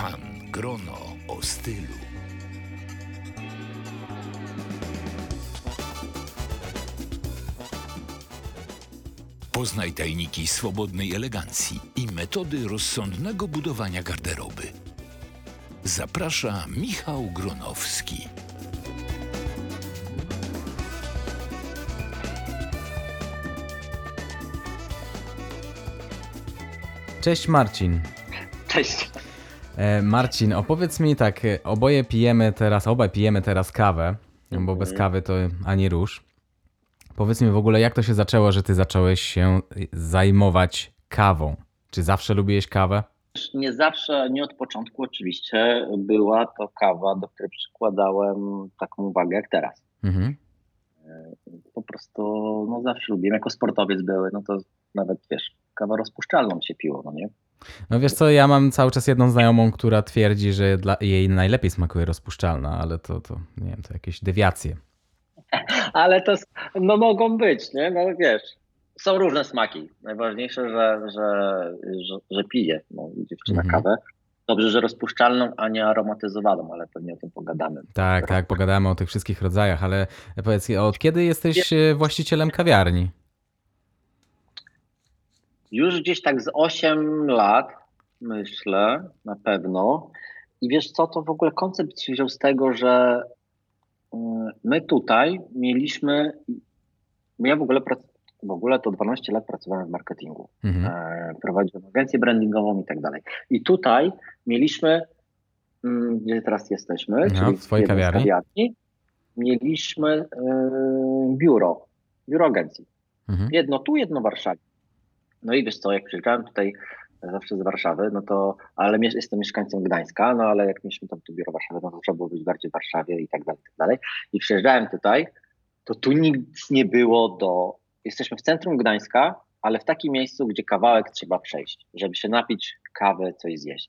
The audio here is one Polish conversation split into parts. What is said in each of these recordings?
Pan Grono o stylu. Poznaj tajniki swobodnej elegancji i metody rozsądnego budowania garderoby. Zaprasza Michał Gronowski. Cześć Marcin. Cześć. Marcin, opowiedz mi tak, obaj pijemy teraz kawę, bo bez kawy to ani rusz. Powiedz mi w ogóle, jak to się zaczęło, że ty zacząłeś się zajmować kawą? Czy zawsze lubiłeś kawę? Nie zawsze, nie od początku oczywiście była to kawa, do której przykładałem taką uwagę jak teraz. Mhm. Po prostu zawsze lubiłem, jako sportowiec były, to nawet kawę rozpuszczalną się piło, no nie? No wiesz co, ja mam cały czas jedną znajomą, która twierdzi, że jej najlepiej smakuje rozpuszczalna, ale to nie wiem, to jakieś dewiacje. Ale to mogą być, nie? Są różne smaki. Najważniejsze, że pije dziewczyna kawę. Dobrze, że rozpuszczalną, a nie aromatyzowaną, ale pewnie o tym pogadamy. Tak, pogadamy o tych wszystkich rodzajach, ale powiedz, od kiedy jesteś właścicielem kawiarni? Już gdzieś tak z 8 lat, myślę, na pewno. I wiesz co, to w ogóle koncept się wziął z tego, że my tutaj mieliśmy, ja w ogóle to 12 lat pracowałem w marketingu. Prowadziłem agencję brandingową i tak dalej. I tutaj mieliśmy, gdzie teraz jesteśmy, czyli w twojej kawiarni, mieliśmy biuro agencji. Jedno tu, jedno w Warszawie. No i wiesz co, jak przyjechałem tutaj zawsze z Warszawy, ale jestem mieszkańcem Gdańska, ale jak mieliśmy tam to biuro w Warszawie, to trzeba było być bardziej w Warszawie i tak dalej. I przyjeżdżałem tutaj, to tu nic nie było jesteśmy w centrum Gdańska, ale w takim miejscu, gdzie kawałek trzeba przejść, żeby się napić kawy, coś zjeść.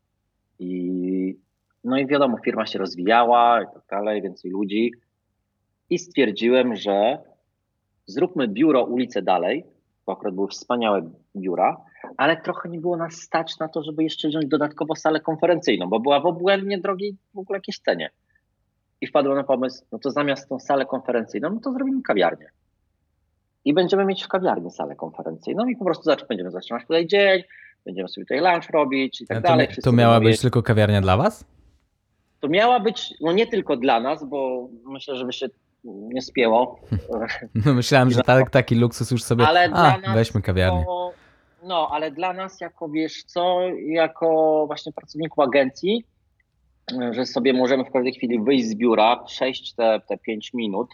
I wiadomo, firma się rozwijała i tak dalej, więcej ludzi. I stwierdziłem, że zróbmy biuro ulicę dalej, bo akurat były wspaniałe biura, ale trochę nie było nas stać na to, żeby jeszcze wziąć dodatkowo salę konferencyjną, bo była w obłędnie drogiej w ogóle jakiejś cenie. I wpadłem na pomysł, to zamiast tą salę konferencyjną, to zrobimy kawiarnię. I będziemy mieć w kawiarni salę konferencyjną i po prostu będziemy zaczynać tutaj dzień, będziemy sobie tutaj lunch robić i tak dalej. To miała być tylko kawiarnia dla was? To miała być, nie tylko dla nas, bo myślę, żeby się nie spięło. Myślałem, że taki luksus już sobie, weźmy kawiarnię. Ale dla nas jako właśnie pracowników agencji, że sobie możemy w każdej chwili wyjść z biura, przejść te 5 minut,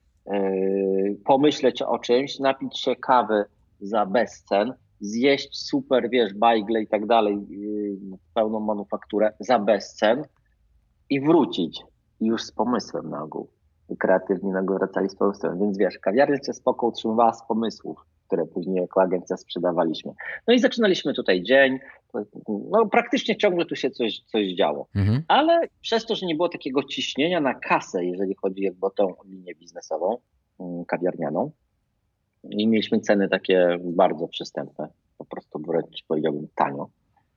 pomyśleć o czymś, napić się kawy za bezcen, zjeść super, bajgle i tak dalej, pełną manufakturę za bezcen i wrócić już z pomysłem na ogół. Kreatywni wracali z pomysłem, więc kawiarnia się spoko utrzymywała z pomysłów, które później jako agencja sprzedawaliśmy. No i zaczynaliśmy tutaj dzień, praktycznie ciągle tu się coś działo, ale przez to, że nie było takiego ciśnienia na kasę, jeżeli chodzi o tą linię biznesową, kawiarnianą, i mieliśmy ceny takie bardzo przystępne, po prostu wręcz powiedziałbym tanio,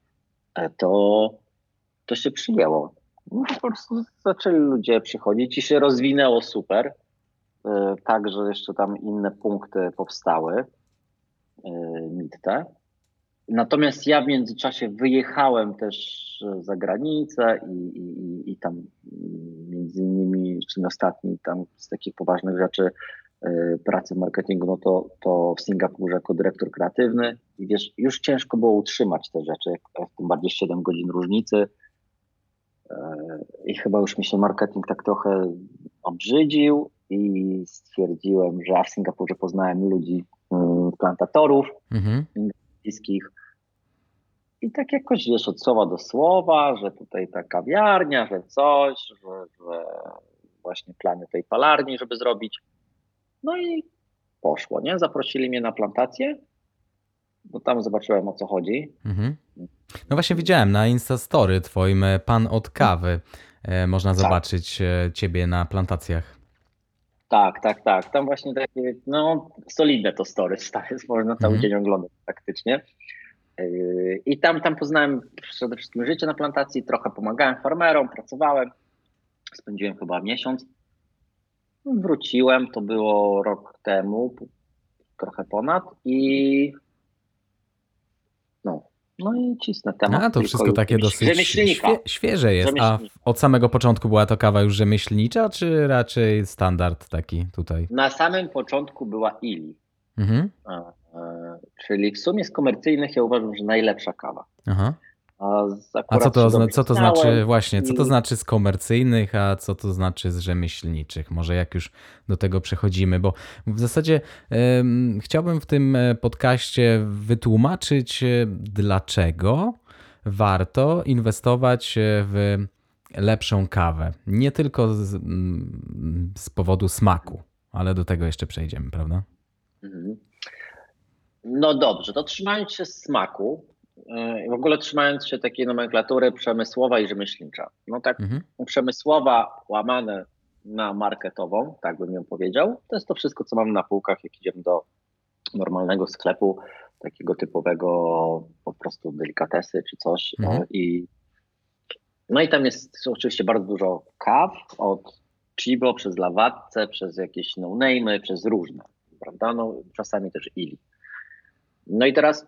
to się przyjęło. Po prostu zaczęli ludzie przychodzić i się rozwinęło super, tak, że jeszcze tam inne punkty powstały, MIT-te. Natomiast ja w międzyczasie wyjechałem też za granicę i tam między innymi, czy ostatni tam z takich poważnych rzeczy pracy w marketingu, to w Singapurze jako dyrektor kreatywny i już ciężko było utrzymać te rzeczy, tym bardziej 7 godzin różnicy. I chyba już mi się marketing tak trochę obrzydził i stwierdziłem, że w Singapurze poznałem ludzi, plantatorów indyjskich i tak jakoś od słowa do słowa, że tutaj ta kawiarnia, że coś, że właśnie plany tej palarni, żeby zrobić. No i poszło, nie? Zaprosili mnie na plantację, bo tam zobaczyłem, o co chodzi. No właśnie widziałem na Instastory twoim Pan od kawy. Można zobaczyć ciebie na plantacjach. Tak. Tam właśnie takie, solidne to story, jest można cały dzień oglądać praktycznie. I tam poznałem przede wszystkim życie na plantacji, trochę pomagałem farmerom, pracowałem, spędziłem chyba miesiąc. Wróciłem, to było rok temu, trochę ponad no i cisnę temat. A to wszystko takie dosyć świeże jest. A od samego początku była to kawa już rzemieślnicza, czy raczej standard taki tutaj? Na samym początku była Illy. Czyli w sumie z komercyjnych ja uważam, że najlepsza kawa. Aha. A co to znaczy właśnie, co to znaczy z komercyjnych, a co to znaczy z rzemieślniczych? Może jak już do tego przechodzimy, bo w zasadzie chciałbym w tym podcaście wytłumaczyć, dlaczego warto inwestować w lepszą kawę. Nie tylko z powodu smaku, ale do tego jeszcze przejdziemy, prawda? No dobrze, to trzymając się smaku, w ogóle trzymając się takiej nomenklatury przemysłowa i rzemieślnicza. No tak, przemysłowa łamane na marketową, tak bym ją powiedział, to jest to wszystko, co mamy na półkach, jak idziemy do normalnego sklepu, takiego typowego po prostu delikatesy czy coś. No i tam jest oczywiście bardzo dużo kaw, od Chibo przez Lawatce, przez jakieś no-name'y, przez różne, prawda? No czasami też Illy. No i teraz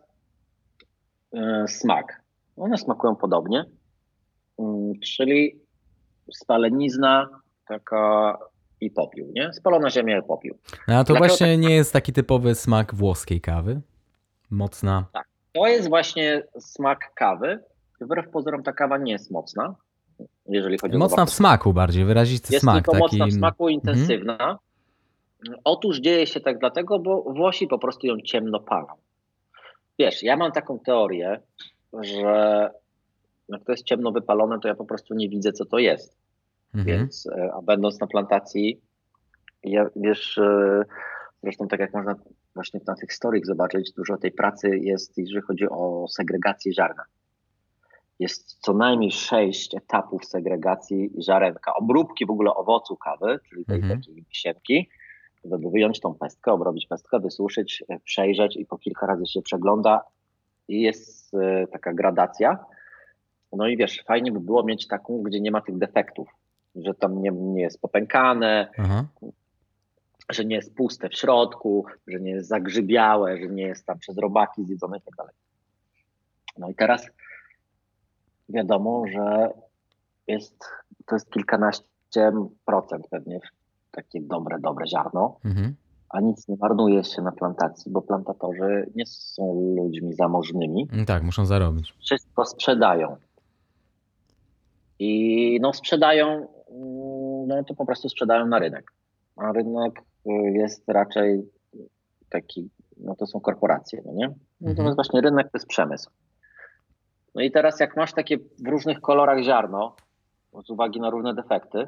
smak. One smakują podobnie, czyli spalenizna taka i popiół, nie? Spalona ziemia i popiół. A to właśnie nie jest taki typowy smak włoskiej kawy? Mocna. Tak, to jest właśnie smak kawy. Wbrew pozorom ta kawa nie jest mocna, jeżeli chodzi mocna w smaku bardziej, wyrazisty jest smak. Jest tylko mocna w smaku, intensywna. Otóż dzieje się tak dlatego, bo Włosi po prostu ją ciemno palą. Wiesz, ja mam taką teorię, że jak to jest ciemno wypalone, to ja po prostu nie widzę, co to jest. Więc, a będąc na plantacji, wiesz, zresztą tak jak można właśnie na tych storyach zobaczyć, dużo tej pracy jest, jeżeli chodzi o segregację ziarna. Jest co najmniej 6 etapów segregacji ziarenka, obróbki w ogóle owocu kawy, czyli tej takiej wisienki, żeby wyjąć tą pestkę, obrobić pestkę, wysuszyć, przejrzeć i po kilka razy się przegląda i jest taka gradacja. No i wiesz, fajnie by było mieć taką, gdzie nie ma tych defektów, że tam nie jest popękane, że nie jest puste w środku, że nie jest zagrzybiałe, że nie jest tam przez robaki zjedzone i tak dalej. No i teraz wiadomo, że to jest kilkanaście procent pewnie takie dobre ziarno, a nic nie marnuje się na plantacji, bo plantatorzy nie są ludźmi zamożnymi. Tak, muszą zarobić. Wszystko sprzedają. I no sprzedają, no to po prostu sprzedają na rynek. A rynek jest raczej taki, no to są korporacje, no nie? Natomiast właśnie rynek to jest przemysł. No i teraz jak masz takie w różnych kolorach ziarno, z uwagi na różne defekty,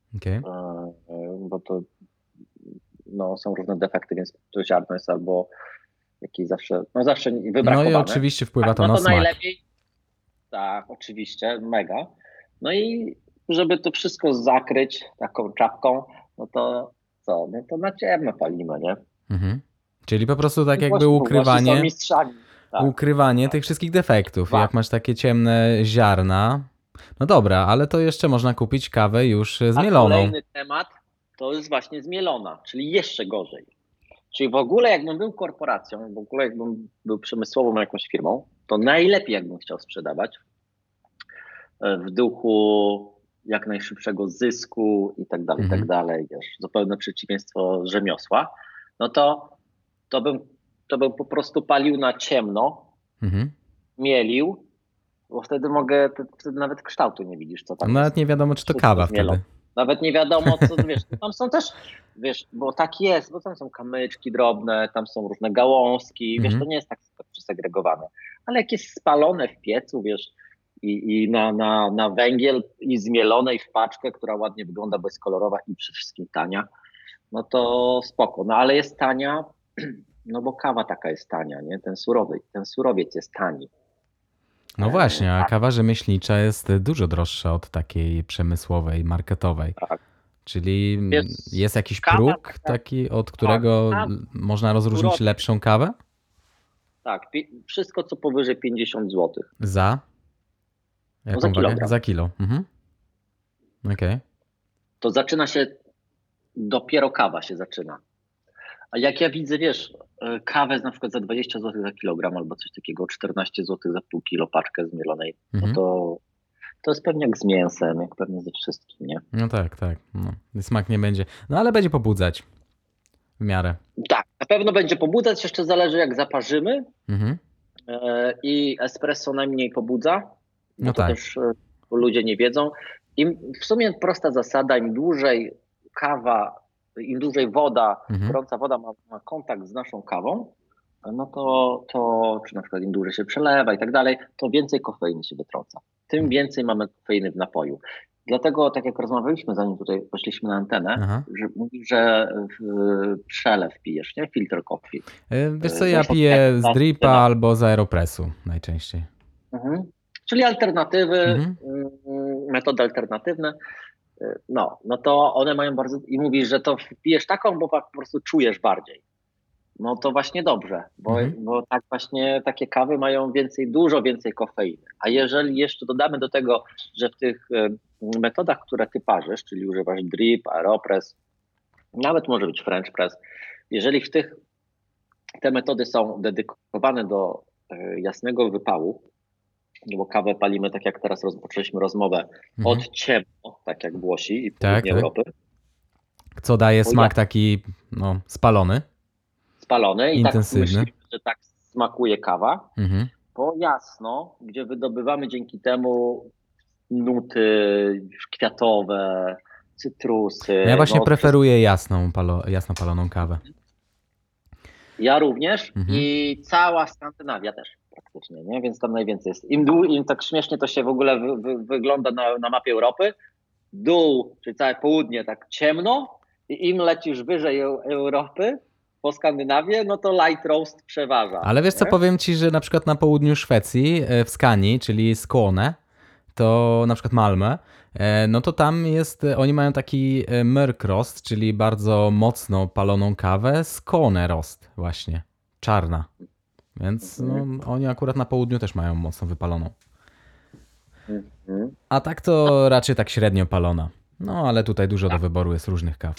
bo to są różne defekty, więc to ziarno jest albo jakieś zawsze wybrakowane. No i oczywiście wpływa to na smak. Najlepiej, tak, oczywiście, mega. No i żeby to wszystko zakryć taką czapką, no to co? No to na ciemno palimy, nie? Czyli po prostu tak jakby ukrywanie, ukrywanie tych wszystkich defektów. Jak masz takie ciemne ziarna, no dobra, ale to jeszcze można kupić kawę już zmieloną. A kolejny temat to jest właśnie zmielona, czyli jeszcze gorzej. Czyli w ogóle jakbym był korporacją, w ogóle jakbym był przemysłową jakąś firmą, to najlepiej jakbym chciał sprzedawać w duchu jak najszybszego zysku i tak dalej, wiesz, zupełne przeciwieństwo rzemiosła, no to bym po prostu palił na ciemno, mielił, bo wtedy wtedy nawet kształtu nie widzisz, co tam nawet jest. nie wiadomo, czy to kawa wtedy. Nawet nie wiadomo, co, wiesz, tam są też, wiesz, bo tak jest, bo tam są kamyczki drobne, tam są różne gałązki, wiesz, to nie jest tak przesegregowane. Ale jak jest spalone w piecu, wiesz, i na węgiel i zmielone i w paczkę, która ładnie wygląda, bo jest kolorowa i przede wszystkim tania, no to spoko. No ale jest tania, no bo kawa taka jest tania, nie? Ten surowiec jest tani. No właśnie, a kawa rzemieślnicza jest dużo droższa od takiej przemysłowej, marketowej. Tak. Czyli jest jakiś próg taki, od którego można rozróżnić lepszą kawę? Tak, wszystko co powyżej 50 zł. Za? Jaką za wagę? kilogram. Za kilo. Okej. To zaczyna się, dopiero kawa się zaczyna. A jak ja widzę, wiesz, kawę na przykład za 20 zł za kilogram albo coś takiego, 14 zł za pół kilo paczkę zmielonej, no to jest pewnie jak z mięsem, jak pewnie ze wszystkim, nie? No tak. No, smak nie będzie. No ale będzie pobudzać w miarę. Tak, na pewno będzie pobudzać, jeszcze zależy jak zaparzymy Mhm. i espresso najmniej pobudza, bo No to tak. też ludzie nie wiedzą. W sumie prosta zasada, im dłużej kawa, im dłużej woda, gorąca woda ma kontakt z naszą kawą, no to czy na przykład im dłużej się przelewa i tak dalej, to więcej kofeiny się wytrąca. Tym więcej mamy kofeiny w napoju. Dlatego, tak jak rozmawialiśmy, zanim tutaj poszliśmy na antenę, że mówisz, że przelew pijesz, nie? Filter coffee. Wiesz co, ja piję z dripa albo z Aeropressu najczęściej. Czyli alternatywy, metody alternatywne. No to one mają bardzo... I mówisz, że to pijesz taką, bo po prostu czujesz bardziej. No to właśnie dobrze, bo tak właśnie takie kawy mają dużo więcej kofeiny. A jeżeli jeszcze dodamy do tego, że w tych metodach, które ty parzysz, czyli używasz drip, aeropress, nawet może być french press, jeżeli te metody są dedykowane do jasnego wypału, bo kawę palimy, tak jak teraz rozpoczęliśmy rozmowę, od ciemno, tak jak Włosi i południe Europy. Co daje smak taki spalony. I intensywny. Tak myślimy, że tak smakuje kawa. Po jasno, gdzie wydobywamy dzięki temu nuty kwiatowe, cytrusy. Ja właśnie preferuję jasno paloną kawę. Ja również i cała Skandynawia też praktycznie, nie? Więc tam najwięcej jest. Im tak śmiesznie to się w ogóle wygląda na mapie Europy, dół, czyli całe południe tak ciemno i im lecisz wyżej Europy, po Skandynawię, no to light roast przeważa. Ale wiesz co, powiem ci, że na przykład na południu Szwecji, w Skanii, czyli Skåne, to na przykład Malmö, no to tam oni mają taki mörk roast, czyli bardzo mocno paloną kawę, Skåne roast właśnie, czarna. Więc oni akurat na południu też mają mocno wypaloną. A tak to raczej tak średnio palona. No ale tutaj dużo do wyboru jest różnych kaw.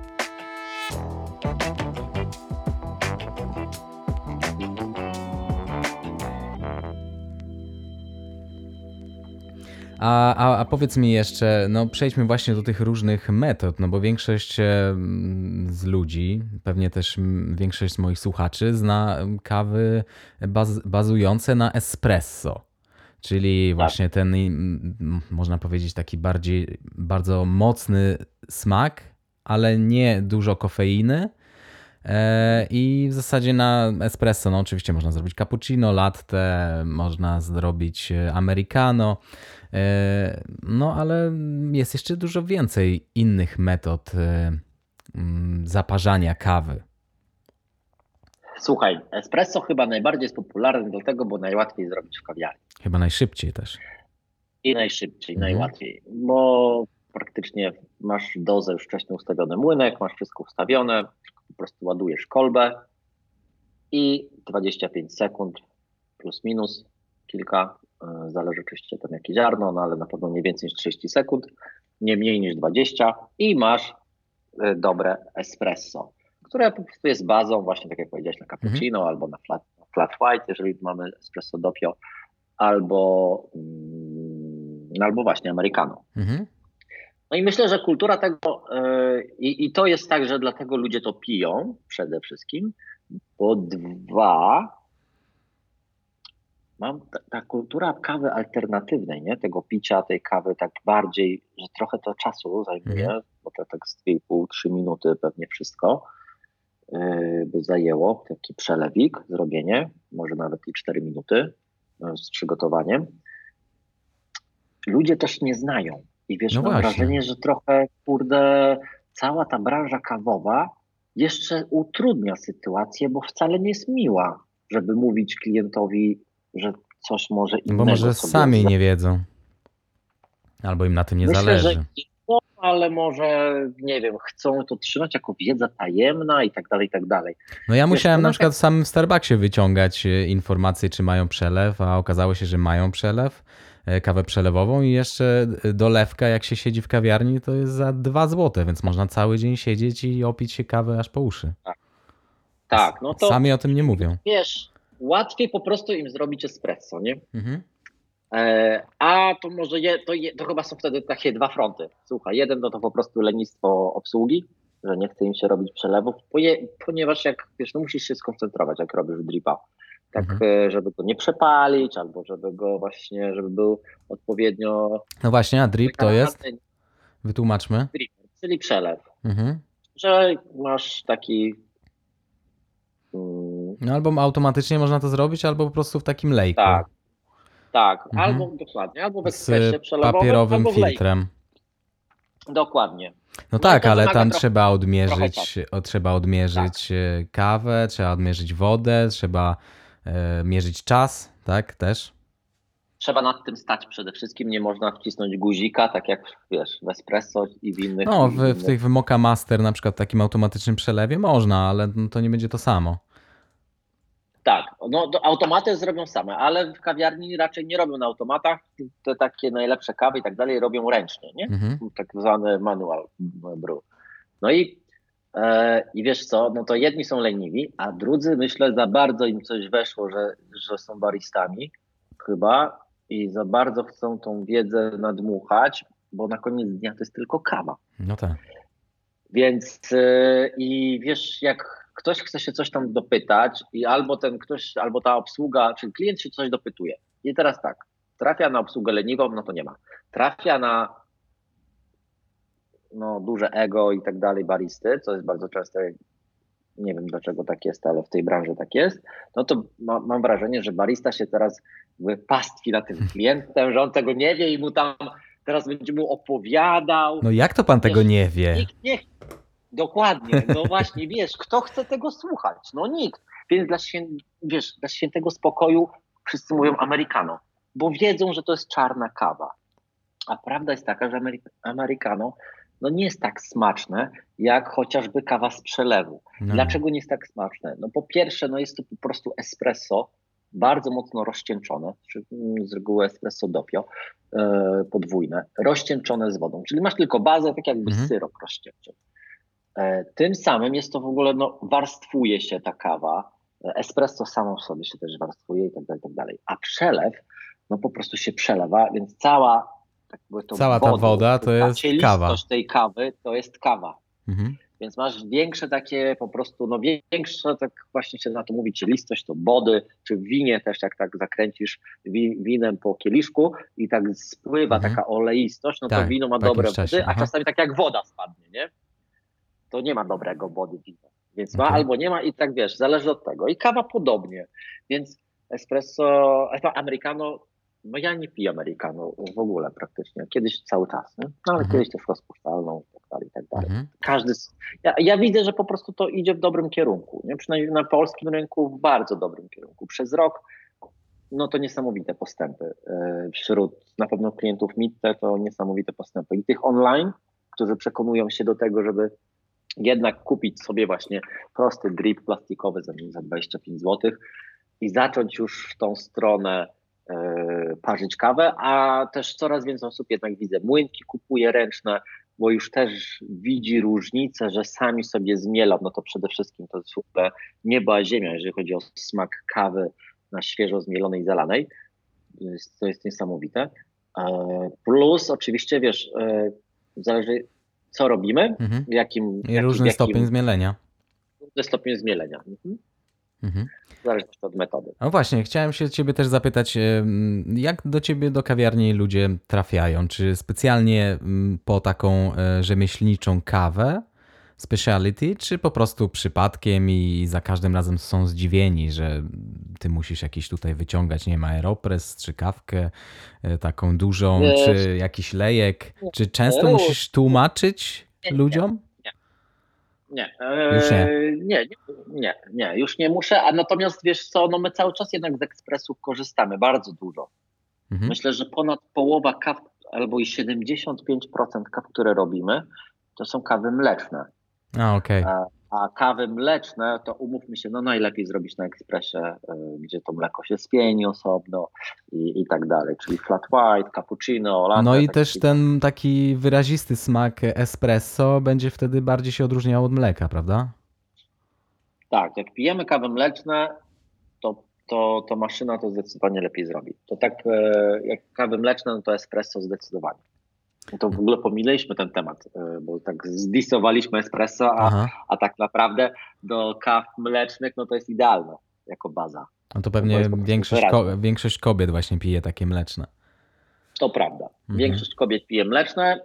A powiedz mi jeszcze, no przejdźmy właśnie do tych różnych metod, no bo większość z ludzi, pewnie też większość z moich słuchaczy zna kawy bazujące na espresso, czyli właśnie ten, można powiedzieć, taki bardzo mocny smak, ale nie dużo kofeiny. I w zasadzie na espresso, no oczywiście można zrobić cappuccino, latte, można zrobić americano, no ale jest jeszcze dużo więcej innych metod zaparzania kawy. Słuchaj, espresso chyba najbardziej jest popularny do tego, bo najłatwiej zrobić w kawiarni. Chyba najszybciej też. I najszybciej, najłatwiej, bo praktycznie masz dozę już wcześniej ustawiony młynek, masz wszystko ustawione, po prostu ładujesz kolbę i 25 sekund plus minus kilka, zależy oczywiście tam jakie ziarno, no ale na pewno nie więcej niż 30 sekund, nie mniej niż 20 i masz dobre espresso, które po prostu jest bazą właśnie tak jak powiedziałeś na cappuccino albo na flat white, jeżeli mamy espresso doppio, albo właśnie americano. No i myślę, że kultura tego i to jest tak, że dlatego ludzie to piją przede wszystkim, bo ta kultura kawy alternatywnej, nie? Tego picia tej kawy tak bardziej, że trochę to czasu zajmuje, bo to tak z 2,5-3 minuty pewnie wszystko by zajęło, taki przelewik, zrobienie, może nawet i 4 minuty z przygotowaniem. Ludzie też nie znają. I wiesz, mam wrażenie, że trochę, cała ta branża kawowa jeszcze utrudnia sytuację, bo wcale nie jest miła, żeby mówić klientowi, że coś może innego. Bo może sami nie wiedzą. Albo im na tym nie zależy. No, ale może, nie wiem, chcą to trzymać jako wiedza tajemna i tak dalej, i tak dalej. No ja Wiesz, musiałem no na na przykład sam w Starbucksie wyciągać informacje, czy mają przelew, a okazało się, że mają przelew, kawę przelewową i jeszcze dolewka, jak się siedzi w kawiarni, to jest za 2 złote, więc można cały dzień siedzieć i opić się kawę aż po uszy. tak, no to Sami o tym nie mówią. wiesz, łatwiej po prostu im zrobić espresso, nie? Mhm. A to może to chyba są wtedy takie dwa fronty. Słuchaj, jeden to po prostu lenistwo obsługi, że nie chce im się robić przelewów, ponieważ jak wiesz, no musisz się skoncentrować, jak robisz dripa. Tak, żeby go nie przepalić, albo żeby go właśnie, żeby był odpowiednio No właśnie, a drip to jest? wykarany. Wytłumaczmy. Drip, czyli przelew. Mhm. Że masz taki No albo automatycznie można to zrobić, albo po prostu w takim lejku. tak, albo dokładnie, albo w ekspresie Z przelewowym, papierowym albo w lejku. filtrem. Dokładnie. No i tak, to ale wymaga tam trochę trzeba odmierzyć kawę, trzeba odmierzyć wodę, trzeba mierzyć czas, tak, też? Trzeba nad tym stać przede wszystkim, nie można wcisnąć guzika, tak jak wiesz, w espresso i w innych. No, w tych w Moka Master, na przykład takim automatycznym przelewie można, ale to nie będzie to samo. Tak, no automaty zrobią same, ale w kawiarni raczej nie robią na automatach, te takie najlepsze kawy i tak dalej robią ręcznie, nie? Tak zwany manual brew. No i wiesz co, no to jedni są leniwi, a drudzy myślę za bardzo im coś weszło, że są baristami chyba i za bardzo chcą tą wiedzę nadmuchać, bo na koniec dnia to jest tylko kawa. No tak. Więc i wiesz, jak ktoś chce się coś tam dopytać i albo ten ktoś, albo ta obsługa, czyli klient się coś dopytuje. I teraz tak, trafia na obsługę leniwą, no to nie ma. Trafia na duże ego i tak dalej baristy, co jest bardzo częste, nie wiem dlaczego tak jest, ale w tej branży tak jest, no to mam wrażenie, że barista się teraz pastwi na tym klientem, że on tego nie wie i mu tam teraz będzie mu opowiadał. No jak to pan tego nie wie? Nikt nie. Dokładnie, no właśnie, wiesz, kto chce tego słuchać? No nikt. Więc dla świętego spokoju wszyscy mówią americano, bo wiedzą, że to jest czarna kawa. A prawda jest taka, że americano nie jest tak smaczne, jak chociażby kawa z przelewu. No. Dlaczego nie jest tak smaczne? No po pierwsze, jest to po prostu espresso, bardzo mocno rozcieńczone, z reguły espresso doppio, podwójne, rozcieńczone z wodą, czyli masz tylko bazę, tak jakby syrop rozcieńczony. Tym samym jest to w ogóle, warstwuje się ta kawa, espresso samo w sobie się też warstwuje i tak dalej, a przelew, po prostu się przelewa, więc cała ta woda to jest kawa. tej kawy to jest kawa. Więc masz większe takie po prostu, większe, tak właśnie się na to mówi, czy listość, to body, czy w winie też, jak tak zakręcisz winem po kieliszku i tak spływa taka oleistość, to wino ma dobre wody, a czasami tak jak woda spadnie, nie? To nie ma dobrego body wina. Więc ma albo nie ma i tak wiesz, zależy od tego. I kawa podobnie. Więc espresso, americano, ja nie piję americano w ogóle praktycznie. Kiedyś cały czas, nie? Ale kiedyś też rozpuszczalną i tak dalej. Ja widzę, że po prostu to idzie w dobrym kierunku. Nie? Przynajmniej na polskim rynku w bardzo dobrym kierunku. Przez rok to niesamowite postępy. Wśród na pewno klientów Mitte to niesamowite postępy. I tych online, którzy przekonują się do tego, żeby jednak kupić sobie właśnie prosty drip plastikowy za 25 zł i zacząć już w tą stronę parzyć kawę, a też coraz więcej osób jednak widzę, młynki kupuje ręczne, bo już też widzi różnicę, że sami sobie zmielą, to przede wszystkim to jest w ogóle niebo a ziemia, jeżeli chodzi o smak kawy na świeżo zmielonej, zalanej, to jest niesamowite. Plus oczywiście, wiesz, zależy co robimy, różny stopień zmielenia. Różny stopień zmielenia. W zależności od metody. No właśnie, chciałem się ciebie też zapytać, jak do ciebie do kawiarni ludzie trafiają? Czy specjalnie po taką rzemieślniczą kawę, speciality, czy po prostu przypadkiem i za każdym razem są zdziwieni, że ty musisz jakiś tutaj wyciągać, nie wiem, aeropress, czy kawkę taką dużą, czy jakiś lejek? Czy często musisz tłumaczyć ludziom? Nie. Już Nie, już nie muszę, a natomiast wiesz co, my cały czas jednak z ekspresów korzystamy, bardzo dużo. Myślę, że ponad połowa kaw, albo i 75% kaw, które robimy, to są kawy mleczne. Okej. A kawy mleczne, to umówmy się, no najlepiej zrobić na ekspresie, gdzie to mleko się spieni osobno i tak dalej, czyli flat white, cappuccino, latte. No i też ten taki wyrazisty smak espresso będzie wtedy bardziej się odróżniał od mleka, prawda? Tak, jak pijemy kawy mleczne, to maszyna to zdecydowanie lepiej zrobi. To tak jak kawy mleczne, no to espresso zdecydowanie. No to w ogóle pomililiśmy ten temat, bo tak zdisowaliśmy espresso, a tak naprawdę do kaw mlecznych no to jest idealne jako baza. No to pewnie większość kobiet właśnie pije takie mleczne. To prawda. Większość kobiet pije mleczne,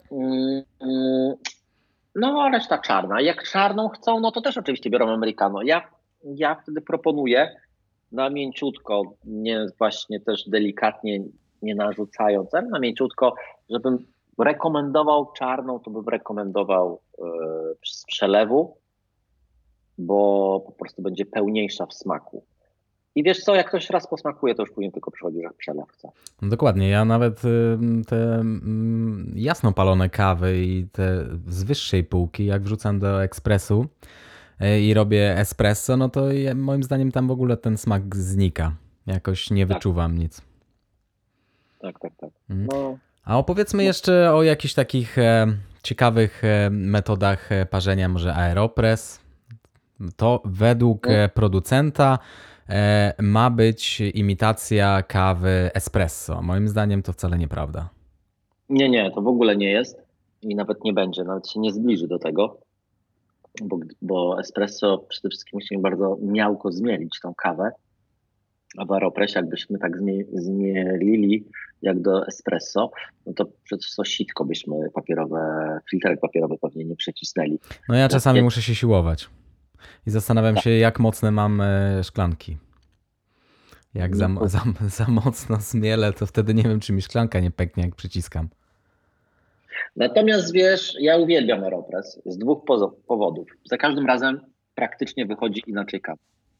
no a reszta czarna. Jak czarną chcą, no to też oczywiście biorą americano. Ja wtedy proponuję na mięciutko, nie właśnie też delikatnie, nie narzucając, ale na mięciutko, żebym rekomendował czarną, to bym rekomendował z przelewu, bo po prostu będzie pełniejsza w smaku. I wiesz co, jak ktoś raz posmakuje, to już później tylko przychodzi, że przelew chce. No dokładnie, ja nawet te jasno palone kawy i te z wyższej półki, jak wrzucam do ekspresu i robię espresso, no to moim zdaniem tam w ogóle ten smak znika. Jakoś nie wyczuwam nic. Tak. No. A opowiedzmy jeszcze o jakichś takich ciekawych metodach parzenia, może Aeropress. To według producenta ma być imitacja kawy espresso. Moim zdaniem to wcale nieprawda. Nie, to w ogóle nie jest i nawet nie będzie, nawet się nie zbliży do tego, bo espresso przede wszystkim musimy bardzo miałko zmielić tą kawę, a w Aeropressie jakbyśmy tak zmielili jak do espresso, no to przecież to sitko byśmy filtrek papierowy pewnie nie przecisnęli. No ja czasami muszę się siłować i zastanawiam się, jak mocne mam szklanki. Jak za mocno zmielę, to wtedy nie wiem, czy mi szklanka nie pęknie, jak przyciskam. Natomiast wiesz, ja uwielbiam Aeropress z dwóch powodów. Za każdym razem praktycznie wychodzi inaczej kawa.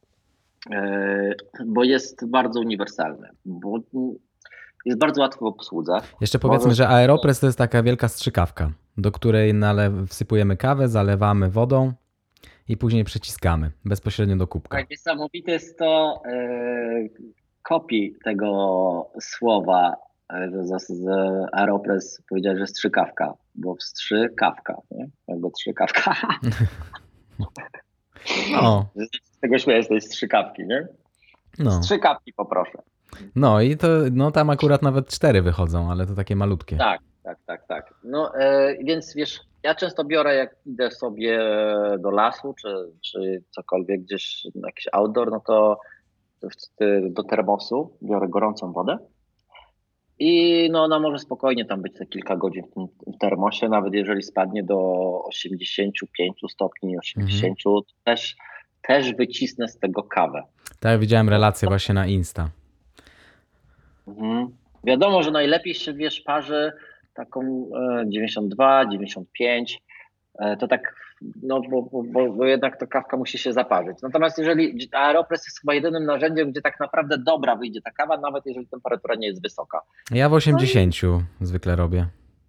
Bo jest bardzo uniwersalny, bo jest bardzo łatwy w obsłudze. Jeszcze powiedzmy, że Aeropress to jest taka wielka strzykawka, do której wsypujemy kawę, zalewamy wodą i później przeciskamy bezpośrednio do kubka. Tak, niesamowite jest to kopii tego słowa, że z Aeropress powiedział, że strzykawka, bo wstrzykawka, nie? Albo trzykawka. No. Z tego śmieję, z tej strzykawki, nie? No. Strzykawki poproszę. No i to tam akurat nawet 4 wychodzą, ale to takie malutkie. Tak. No więc wiesz, ja często biorę, jak idę sobie do lasu, czy cokolwiek gdzieś, jakiś outdoor, no to do termosu biorę gorącą wodę i no ona może spokojnie tam być te kilka godzin w termosie, nawet jeżeli spadnie do 85 stopni, 80, też wycisnę z tego kawę. Tak, widziałem relację właśnie na Insta. Wiadomo, że najlepiej się parzy taką 92, 95, to tak, no bo jednak to kawka musi się zaparzyć. Natomiast jeżeli Aeropress jest chyba jedynym narzędziem, gdzie tak naprawdę dobra wyjdzie ta kawa, nawet jeżeli temperatura nie jest wysoka. Ja w 80 zwykle robię.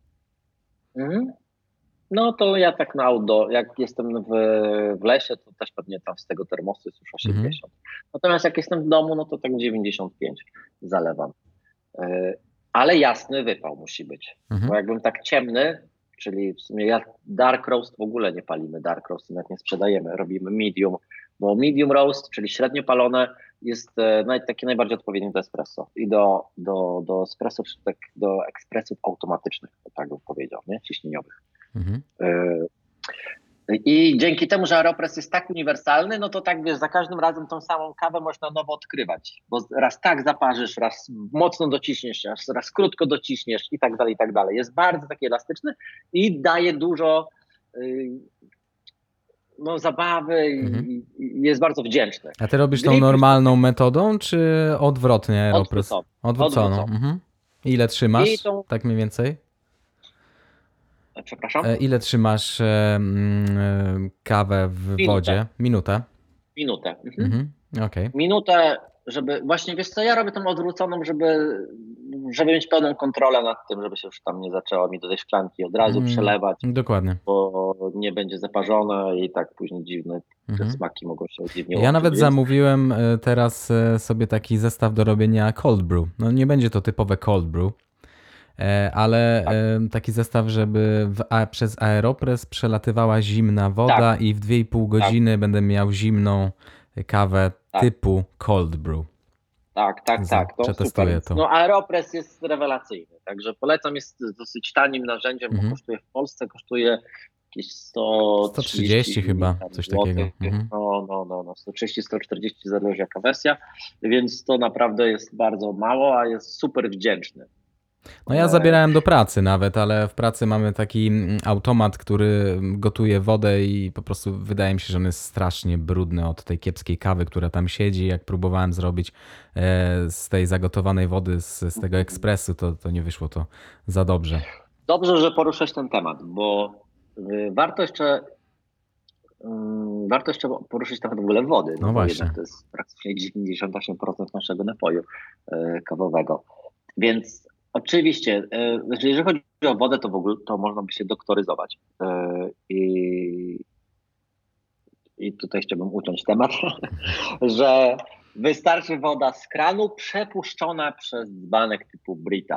No to ja tak na outdoor, jak jestem w lesie, to też pewnie tam z tego termosu jest już 80. Natomiast jak jestem w domu, no to tak 95 zalewam. Ale jasny wypał musi być. Bo jakbym tak ciemny, czyli w sumie dark roast w ogóle nie palimy, dark roast nawet nie sprzedajemy, robimy medium, bo medium roast, czyli średnio palone, jest taki najbardziej odpowiedni do espresso i do espresso, czy tak do ekspresów automatycznych, tak bym powiedział, nie? Ciśnieniowych. I dzięki temu, że Aeropress jest tak uniwersalny, no to tak wiesz, za każdym razem tą samą kawę można nowo odkrywać, bo raz tak zaparzysz, raz mocno dociśniesz, raz krótko dociśniesz i tak dalej, i tak dalej. Jest bardzo taki elastyczny i daje dużo zabawy i jest bardzo wdzięczny. A ty robisz tą normalną metodą, czy odwrotnie Aeropress? Odwróconą. Ile trzymasz, tak mniej więcej? Przepraszam? Ile trzymasz kawę w wodzie? Minutę? Minutę. Okay. Minutę żeby właśnie, wiesz co, ja robię tą odwróconą, żeby mieć pełną kontrolę nad tym, żeby się już tam nie zaczęło mi do tej szklanki od razu przelewać, Dokładnie. bo nie będzie zaparzone i tak później dziwne te smaki mogą się dziwnie Ja łączyć, nawet więc zamówiłem teraz sobie taki zestaw do robienia cold brew. No nie będzie to typowe cold brew, ale taki zestaw, żeby przez Aeropress przelatywała zimna woda i w 2,5 godziny będę miał zimną kawę typu cold brew. Tak, to Przetestuję super. to. No Aeropress jest rewelacyjny, także polecam, jest dosyć tanim narzędziem, bo kosztuje w Polsce, kosztuje jakieś 130 chyba, coś takiego. No, 130, 140, zależy jaka wersja, więc to naprawdę jest bardzo mało, a jest super wdzięczny. No ja zabierałem do pracy nawet, ale w pracy mamy taki automat, który gotuje wodę i po prostu wydaje mi się, że on jest strasznie brudny od tej kiepskiej kawy, która tam siedzi. Jak próbowałem zrobić z tej zagotowanej wody, z tego ekspresu, to nie wyszło to za dobrze. Dobrze, że poruszyłeś ten temat, bo warto jeszcze poruszyć temat w ogóle wody, No bo właśnie. jednak to jest praktycznie 98% naszego napoju kawowego. Więc oczywiście, jeżeli chodzi o wodę, to w ogóle to można by się doktoryzować. I tutaj chciałbym uciąć temat, że wystarczy woda z kranu przepuszczona przez dzbanek typu Brita.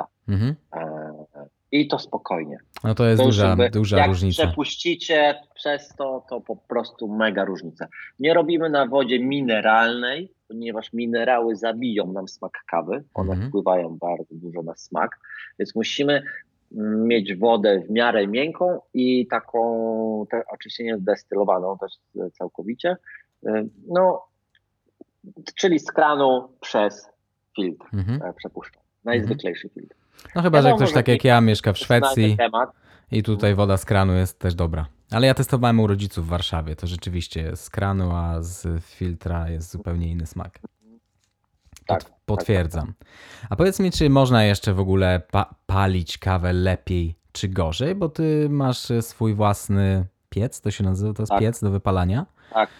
I to spokojnie. No to jest duża jak różnica. Jak przepuścicie przez to po prostu mega różnica. Nie robimy na wodzie mineralnej, ponieważ minerały zabiją nam smak kawy. One wpływają bardzo dużo na smak, więc musimy mieć wodę w miarę miękką i taką, oczywiście nie zdestylowaną też całkowicie, no, czyli z kranu przez filtr przepuszczony. Najzwyklejszy filtr. No chyba, że ktoś tak jak ja mieszka w Szwecji i tutaj woda z kranu jest też dobra. Ale ja testowałem u rodziców w Warszawie. To rzeczywiście jest z kranu, a z filtra jest zupełnie inny smak. Potwierdzam. A powiedz mi, czy można jeszcze w ogóle palić kawę lepiej czy gorzej? Bo ty masz swój własny piec, to się nazywa, to jest piec do wypalania. Tak.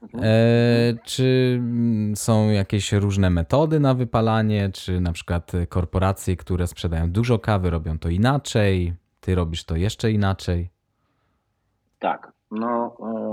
Czy są jakieś różne metody na wypalanie, czy na przykład korporacje, które sprzedają dużo kawy, robią to inaczej, ty robisz to jeszcze inaczej? Tak, no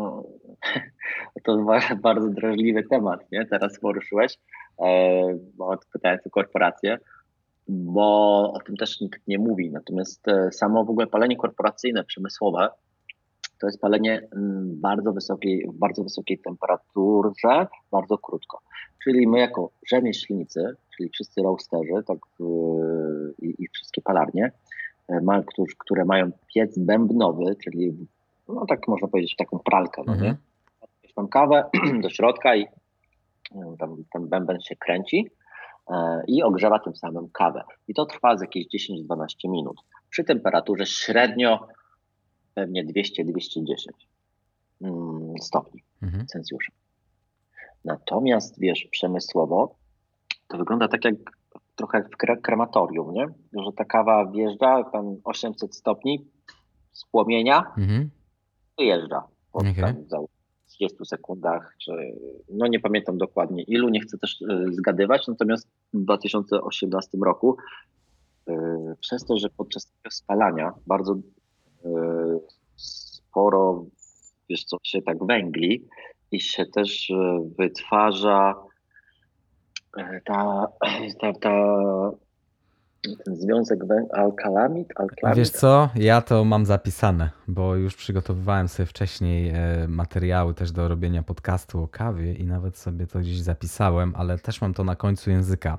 to bardzo drażliwy temat, nie? Teraz poruszyłeś, pytając o korporacje, bo o tym też nikt nie mówi. Natomiast samo w ogóle palenie korporacyjne, przemysłowe, to jest palenie w bardzo wysokiej temperaturze, bardzo krótko. Czyli my jako rzemieślnicy, czyli wszyscy roasterzy i wszystkie palarnie, które mają piec bębnowy, czyli no tak można powiedzieć taką pralkę, no nie? Tam kawę do środka i tam ten bęben się kręci i ogrzewa tym samym kawę. I to trwa z jakieś 10-12 minut. Przy temperaturze średnio pewnie 200-210 stopni Celsjusza. Natomiast wiesz, przemysłowo to wygląda tak jak trochę jak w krematorium, nie? Że ta kawa wjeżdża, tam 800 stopni spłomienia, wyjeżdża po tam za 30 sekundach, czy no nie pamiętam dokładnie ilu, nie chcę też zgadywać, natomiast w 2018 roku przez to, że podczas tego spalania bardzo sporo, wiesz co, się tak węgli i się też wytwarza ten związek alkalamid. Wiesz co, ja to mam zapisane, bo już przygotowywałem sobie wcześniej materiały też do robienia podcastu o kawie i nawet sobie to gdzieś zapisałem, ale też mam to na końcu języka.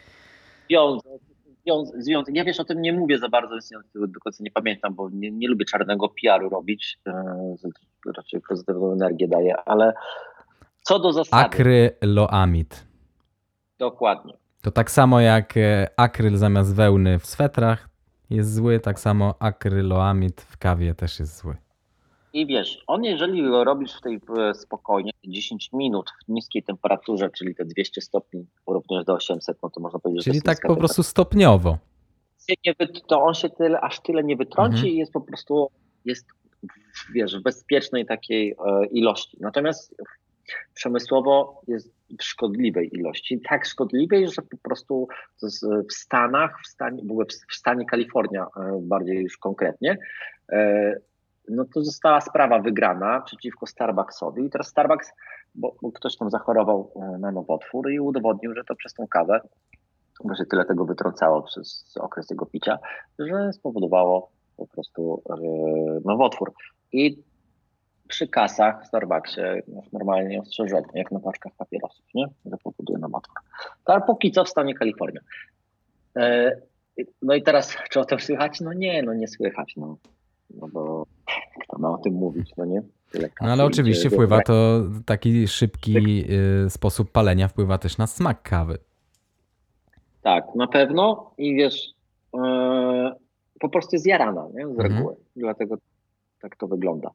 Związek. Ja wiesz, o tym nie mówię za bardzo, więc do końca nie pamiętam, bo nie lubię czarnego PR-u robić. Raczej pozytywną energię daję, ale co do zasady. Akryloamid. Dokładnie. To tak samo jak akryl zamiast wełny w swetrach jest zły, tak samo akryloamid w kawie też jest zły. I wiesz, jeżeli go robisz w tej spokojnie, 10 minut w niskiej temperaturze, czyli te 200 stopni porównujesz do 800, no to można powiedzieć, czyli że tak po prostu stopniowo. To on się aż tyle nie wytrąci i jest po prostu, wiesz, w bezpiecznej takiej ilości. Natomiast Przemysłowo jest w szkodliwej ilości, tak szkodliwej, że po prostu w Stanach, w stanie Kalifornia bardziej już konkretnie, no to została sprawa wygrana przeciwko Starbucksowi i teraz Starbucks, bo ktoś tam zachorował na nowotwór i udowodnił, że to przez tą kawę, bo się tyle tego wytrącało przez okres jego picia, że spowodowało po prostu nowotwór. I przy kasach w Starbucksie masz normalnie ostrzeżenie, jak na paczkach papierosów, nie? Że powoduje nowotwór. To ale póki co w stanie Kalifornia. No i teraz, czy o tym słychać? No nie słychać, no bo kto ma o tym mówić, no nie? No ale oczywiście wpływa to, taki szybki sposób palenia wpływa też na smak kawy. Tak, na pewno i wiesz, po prostu jest jarana, nie? Z reguły, dlatego tak to wygląda.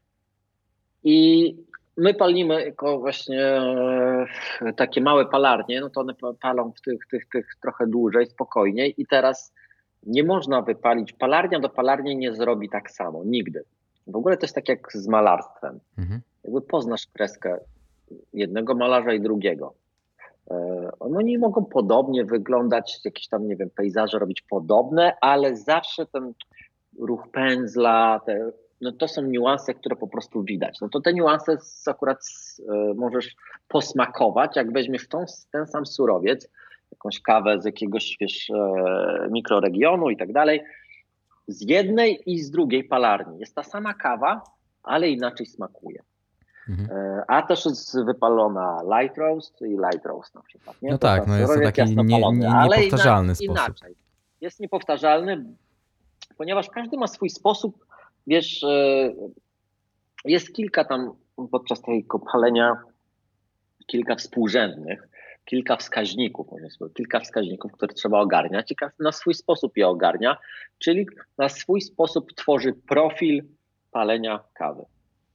I my palimy jako właśnie takie małe palarnie, no to one palą w tych trochę dłużej, spokojniej i teraz nie można wypalić, palarnia do palarni nie zrobi tak samo, nigdy. W ogóle to jest tak jak z malarstwem. Jakby poznasz kreskę jednego malarza i drugiego. Oni mogą podobnie wyglądać, jakieś tam, nie wiem, pejzaże robić podobne, ale zawsze ten ruch pędzla, no to są niuanse, które po prostu widać. No to te niuanse akurat możesz posmakować, jak weźmiesz ten sam surowiec, jakąś kawę z jakiegoś, wiesz, mikroregionu i tak dalej, z jednej i z drugiej palarni. Jest ta sama kawa, ale inaczej smakuje. A też jest wypalona light roast i light roast na przykład. Nie? No tak, no jest to taki niepowtarzalny sposób. Inaczej. Jest niepowtarzalny, ponieważ każdy ma swój sposób, wiesz, jest kilka tam podczas tego palenia, kilka współrzędnych, kilka wskaźników, które trzeba ogarniać i każdy na swój sposób je ogarnia, czyli na swój sposób tworzy profil palenia kawy.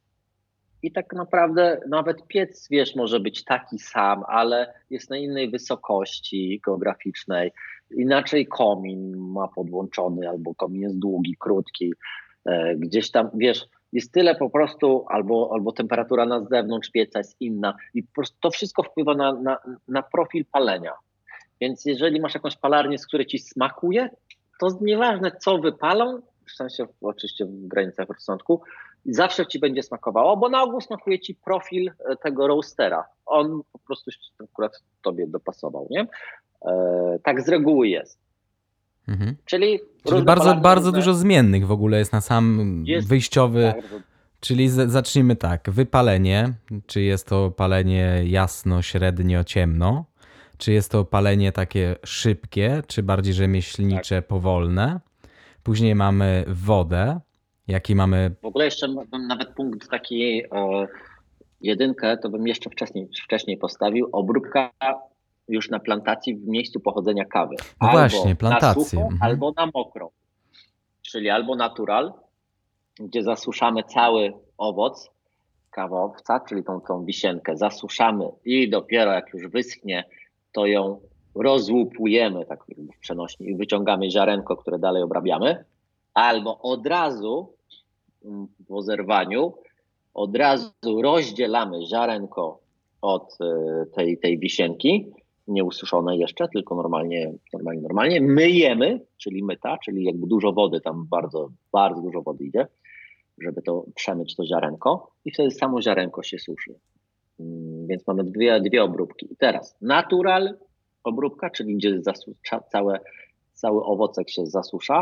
I tak naprawdę nawet piec, wiesz, może być taki sam, ale jest na innej wysokości geograficznej. Inaczej komin ma podłączony, albo komin jest długi, krótki. Gdzieś tam, wiesz, jest tyle po prostu, albo temperatura na zewnątrz pieca jest inna. I po prostu to wszystko wpływa na profil palenia. Więc jeżeli masz jakąś palarnię, z której ci smakuje, to nieważne co wypalą, w sensie oczywiście w granicach rozsądku, zawsze ci będzie smakowało, bo na ogół smakuje ci profil tego roastera. On po prostu się akurat tobie dopasował, nie? Tak z reguły jest. Czyli bardzo dużo zmiennych w ogóle jest na sam wyjściowy. Bardzo. Czyli zacznijmy tak. Wypalenie. Czy jest to palenie jasno, średnio, ciemno? Czy jest to palenie takie szybkie, czy bardziej rzemieślnicze, powolne? Później mamy wodę. Jaki mamy... W ogóle jeszcze bym nawet punkt taki jedynkę, to bym jeszcze wcześniej postawił. Obróbka już na plantacji w miejscu pochodzenia kawy. No albo właśnie, plantację. Na sucho, albo na mokro. Czyli albo natural, gdzie zasuszamy cały owoc kawowca, czyli tą wisienkę, zasuszamy i dopiero jak już wyschnie, to ją rozłupujemy tak w przenośni i wyciągamy ziarenko, które dalej obrabiamy. Albo od razu po zerwaniu od razu rozdzielamy ziarenko od tej wisienki, nie ususzone jeszcze, tylko normalnie. Myjemy, czyli myta, czyli jakby dużo wody, tam bardzo, bardzo dużo wody idzie, żeby to przemyć to ziarenko i wtedy samo ziarenko się suszy. Więc mamy dwie obróbki. I teraz natural obróbka, czyli gdzie cały owocek się zasusza.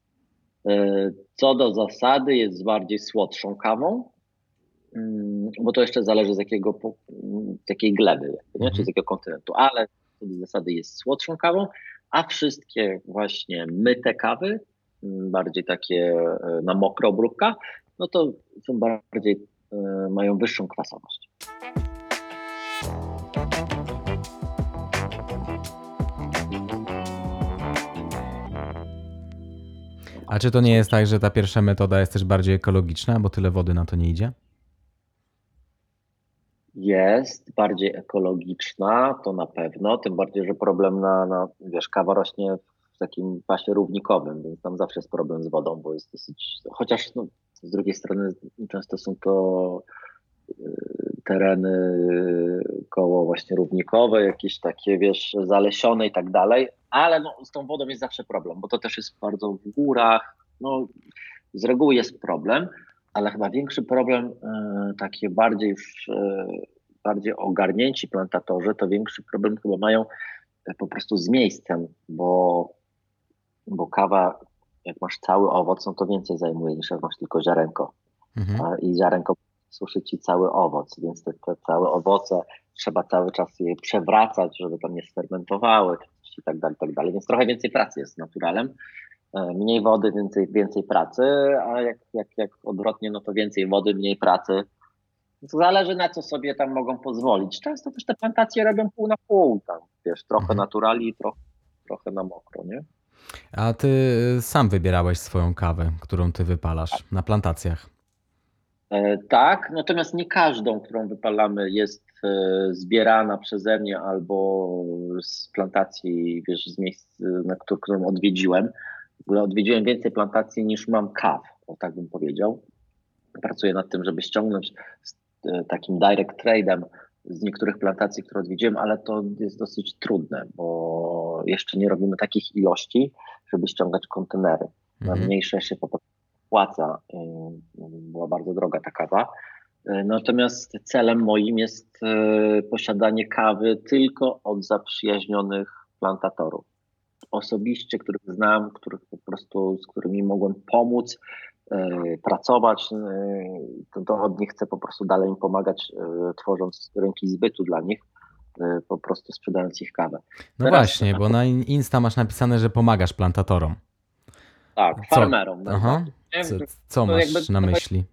Co do zasady jest bardziej słodszą kawą, bo to jeszcze zależy z jakiej gleby, nie? Czy z jakiego kontynentu, ale co do zasady jest słodszą kawą, a wszystkie właśnie myte kawy, bardziej takie na mokro obróbka, no to są bardziej, mają wyższą kwasowość. A czy to nie jest tak, że ta pierwsza metoda jest też bardziej ekologiczna, bo tyle wody na to nie idzie? Jest bardziej ekologiczna, to na pewno, tym bardziej, że problem wiesz, kawa rośnie w takim pasie równikowym, więc tam zawsze jest problem z wodą, bo jest dosyć, chociaż no, z drugiej strony często są to tereny koło właśnie równikowe, jakieś takie, wiesz, zalesione i tak dalej, ale no, z tą wodą jest zawsze problem, bo to też jest bardzo w górach, no z reguły jest problem, ale chyba większy problem, takie bardziej już, bardziej ogarnięci plantatorzy, to większy problem chyba mają po prostu z miejscem, bo kawa, jak masz cały owoc, no to więcej zajmuje niż jak masz tylko ziarenko. I ziarenko suszy ci cały owoc, więc te całe owoce trzeba cały czas je przewracać, żeby tam nie sfermentowały i tak dalej, tak dalej. Więc trochę więcej pracy jest naturalem. Mniej wody, więcej pracy, a jak odwrotnie, no to więcej wody, mniej pracy. Zależy, na co sobie tam mogą pozwolić. Często też te plantacje robią pół na pół, tam, wiesz, trochę naturali, trochę na mokro, nie? A ty sam wybierałeś swoją kawę, którą ty wypalasz na plantacjach. Tak, natomiast nie każdą, którą wypalamy, jest zbierana przeze mnie albo z plantacji, wiesz, z miejsc, którą odwiedziłem. W ogóle odwiedziłem więcej plantacji niż mam kaw, o tak bym powiedział. Pracuję nad tym, żeby ściągnąć z takim direct trade'em z niektórych plantacji, które odwiedziłem, ale to jest dosyć trudne, bo jeszcze nie robimy takich ilości, żeby ściągać kontenery. Na mniejsze się po prostu płaca, była bardzo droga ta kawa. Natomiast celem moim jest posiadanie kawy tylko od zaprzyjaźnionych plantatorów. Osobiście, których znam, z którymi mogłem pomóc, pracować, to od nich chcę po prostu dalej im pomagać, tworząc rynki zbytu dla nich, po prostu sprzedając ich kawę. No teraz, właśnie, bo na Insta masz napisane, że pomagasz plantatorom. Tak, farmerom. Aha. Co masz na myśli?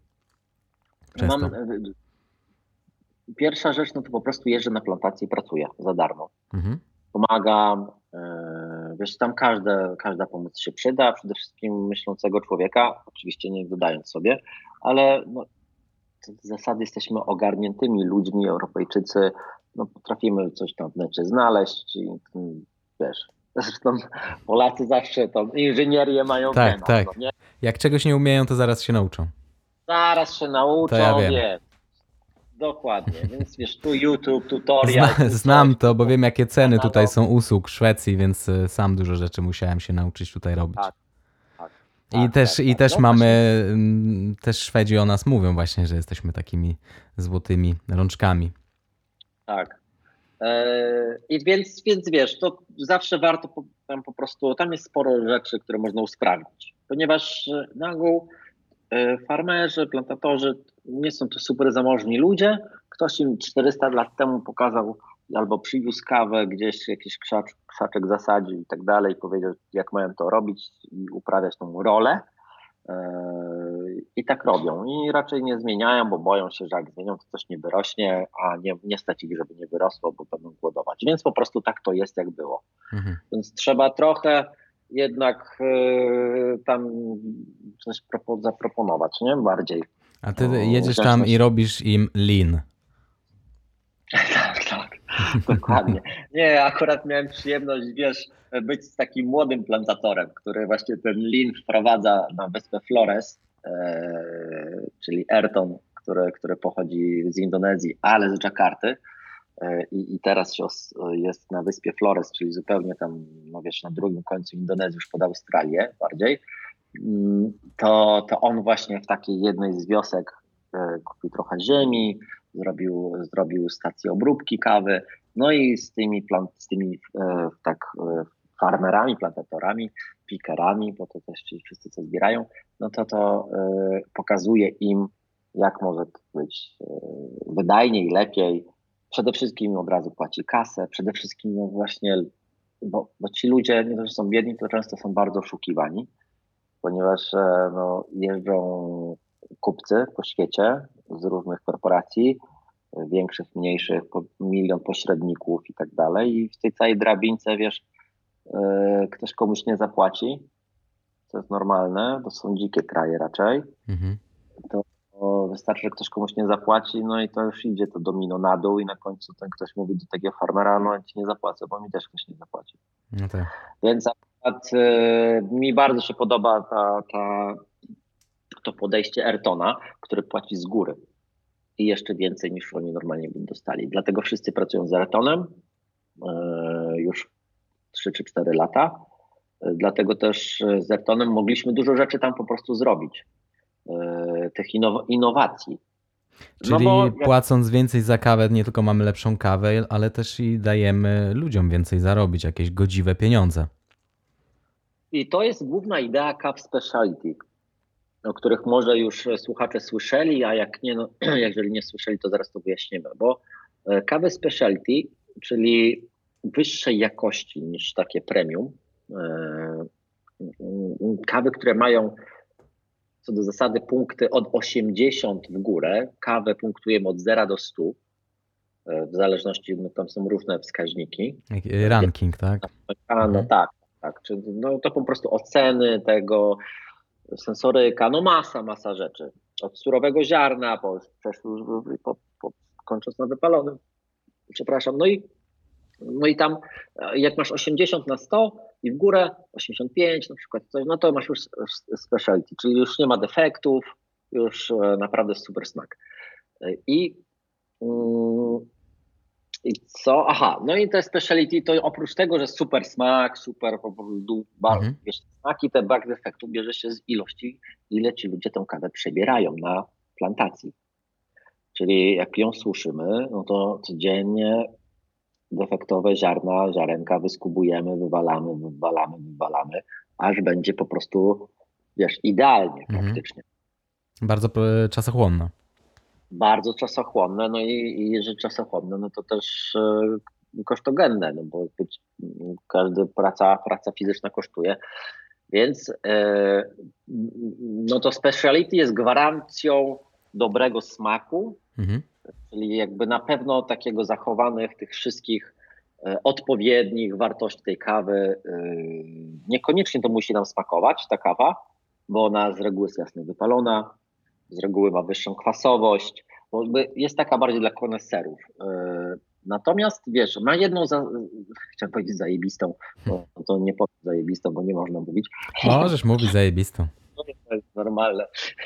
Pierwsza rzecz, no to po prostu jeżdżę na plantację i pracuję za darmo. Pomagam, wiesz, tam każda pomoc się przyda, przede wszystkim myślącego człowieka, oczywiście nie wydając sobie, ale no, z zasady jesteśmy ogarniętymi ludźmi, Europejczycy, no potrafimy coś tam w necie znaleźć i wiesz, zresztą Polacy zawsze tą inżynierię mają w genach, tak. No, nie? Jak czegoś nie umieją, to zaraz się nauczą. Zaraz się nauczą, to ja wiem. Wiesz. Dokładnie, więc wiesz, tu YouTube, tutorial. Znam to, bo wiem jakie ceny tutaj są usług w Szwecji, więc sam dużo rzeczy musiałem się nauczyć tutaj robić. I też mamy, też Szwedzi o nas mówią właśnie, że jesteśmy takimi złotymi rączkami. Tak. I więc wiesz, to zawsze warto tam po prostu, tam jest sporo rzeczy, które można usprawnić, ponieważ na ogół farmerzy, plantatorzy nie są to super zamożni ludzie. Ktoś im 400 lat temu pokazał albo przywiózł kawę, gdzieś jakiś krzaczek zasadził i tak dalej, powiedział, jak mają to robić i uprawiać tą rolę. I tak robią. I raczej nie zmieniają, bo boją się, że jak zmienią, to coś nie wyrośnie, a nie stać ich, żeby nie wyrosło, bo będą głodować. Więc po prostu tak to jest, jak było. Więc trzeba trochę jednak tam coś zaproponować, nie? Bardziej. A ty jedziesz tam i robisz im lean. Tak, dokładnie. Nie, akurat miałem przyjemność, wiesz, być z takim młodym plantatorem, który właśnie ten lean wprowadza na wyspę Flores, czyli Ayrton, który pochodzi z Indonezji, ale z Dżakarty. I teraz jest na wyspie Flores, czyli zupełnie tam, no wiesz, na drugim końcu Indonezji, już pod Australię bardziej, to on właśnie w takiej jednej z wiosek kupił trochę ziemi, zrobił stację obróbki kawy, no i z tymi farmerami, plantatorami, pikerami, bo to też ci wszyscy co zbierają, no to pokazuje im, jak może być wydajniej, lepiej. Przede wszystkim od razu płaci kasę, przede wszystkim no właśnie, bo ci ludzie, nie to, że są biedni, to często są bardzo oszukiwani, ponieważ no, jeżdżą kupcy po świecie z różnych korporacji, większych, mniejszych, milion pośredników i tak dalej. I w tej całej drabince, wiesz, ktoś komuś nie zapłaci, to jest normalne, to są dzikie kraje raczej. To wystarczy, że ktoś komuś nie zapłaci, no i to już idzie to domino na dół i na końcu ten ktoś mówi do takiego farmera, no ja ci nie zapłacę, bo mi też ktoś nie zapłaci. No tak. Więc akurat mi bardzo się podoba to podejście Ayrtona, który płaci z góry. i jeszcze więcej niż oni normalnie by dostali. Dlatego wszyscy pracują z Ertonem już 3 czy 4 lata. Dlatego też z Ertonem mogliśmy dużo rzeczy tam po prostu zrobić. Tych innowacji. Czyli płacąc więcej za kawę, nie tylko mamy lepszą kawę, ale też i dajemy ludziom więcej zarobić, jakieś godziwe pieniądze. I to jest główna idea Cav Specialty, o których może już słuchacze słyszeli, a jak nie, no, jeżeli nie słyszeli, to zaraz to wyjaśnimy, bo kawy specialty, czyli wyższej jakości niż takie premium, kawy, które mają co do zasady punkty od 80 w górę, kawę punktujemy od 0 do 100, w zależności, no tam są różne wskaźniki. Ranking, tak? No tak. Czyli, no to po prostu oceny tego, sensoryka, no masa rzeczy. Od surowego ziarna, kończąc na wypalonym. Przepraszam. No i tam jak masz 80 na 100 i w górę 85 na przykład, no to masz już specialty, czyli już nie ma defektów, już naprawdę super smak. I co? Aha, no i te specialty to oprócz tego, że super smak, super wiesz, smaki, te brak defektów bierze się z ilości, ile ci ludzie tę kawę przebierają na plantacji. Czyli jak ją suszymy, no to codziennie defektowe ziarenka wyskubujemy, wywalamy, aż będzie po prostu, wiesz, idealnie praktycznie. Bardzo czasochłonna. Bardzo czasochłonne, no i że czasochłonne, no to też kosztogenne, no bo każda praca fizyczna kosztuje, więc no to speciality jest gwarancją dobrego smaku, czyli jakby na pewno takiego zachowanych tych wszystkich odpowiednich wartości tej kawy. Niekoniecznie to musi nam smakować, ta kawa, bo ona z reguły jest jasno wypalona, z reguły ma wyższą kwasowość, bo jest taka bardziej dla koneserów. Natomiast wiesz, ma jedną, chciałem powiedzieć zajebistą, bo to nie powiem zajebistą, bo nie można mówić. Możesz mówić zajebistą. To jest normalne.